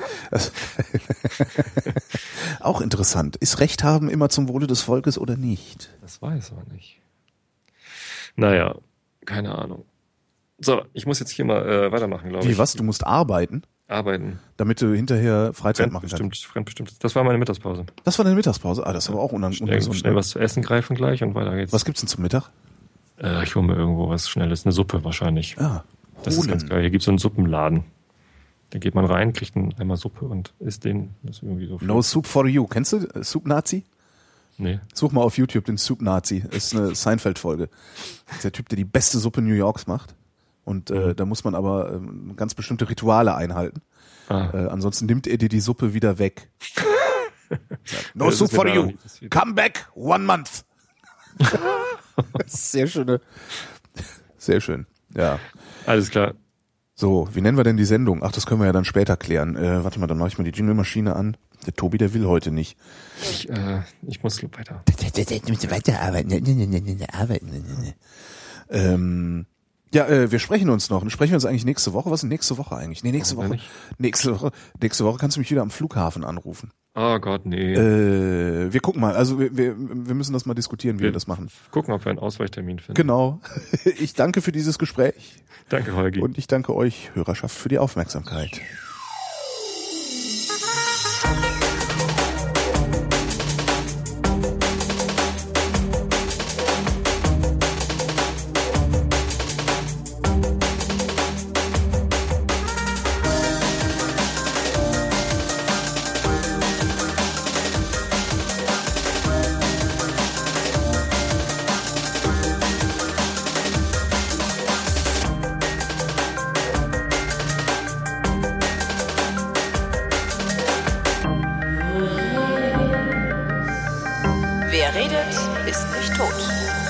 Auch interessant. Ist Recht haben immer zum Wohle des Volkes oder nicht? Das weiß man nicht. Naja, keine Ahnung. So, ich muss jetzt hier mal weitermachen, glaube ich. Wie, was? Du musst arbeiten, Arbeiten. damit du hinterher Freizeit machen kannst. Fremdbestimmt. Das war meine Mittagspause. Das war deine Mittagspause. Ah, das ist aber auch ungesund. Schnell was zu essen greifen gleich und weiter geht's. Was gibt's denn zum Mittag? Ich hole mir irgendwo was Schnelles. Eine Suppe wahrscheinlich. Ah, Das ist ganz geil. Hier gibt's so einen Suppenladen. Da geht man rein, kriegt einen Eimer Suppe und isst den. Das ist irgendwie so viel. No Soup for You. Kennst du Soup Nazi? Nee. Such mal auf YouTube den Soup Nazi. Ist eine Seinfeld-Folge. Das ist der Typ, der die beste Suppe New Yorks macht. Und da muss man aber ganz bestimmte Rituale einhalten. Ansonsten nimmt er dir die Suppe wieder weg. No Das Soup ist mir for da noch You. nie passiert. Come back 1 month. Sehr schöne. Sehr schön. Ja. Alles klar. So, wie nennen wir denn die Sendung? Ach, das können wir ja dann später klären. Warte mal, dann mache ich mal die Jingle-Maschine an. Der Tobi, der will heute nicht. Ich muss weiter. Du musst weiterarbeiten. Wir sprechen uns noch. Sprechen wir uns eigentlich nächste Woche? Was ist denn nächste Woche eigentlich? Nee, nächste Warum Woche. Nächste Woche kannst du mich wieder am Flughafen anrufen. Oh Gott, nee. Wir gucken mal. Also wir müssen das mal diskutieren, wie wir das machen. Gucken, ob wir einen Ausweichtermin finden. Genau. Ich danke für dieses Gespräch. Danke, Holgi. Und ich danke euch, Hörerschaft, für die Aufmerksamkeit. Wer redet, ist nicht tot.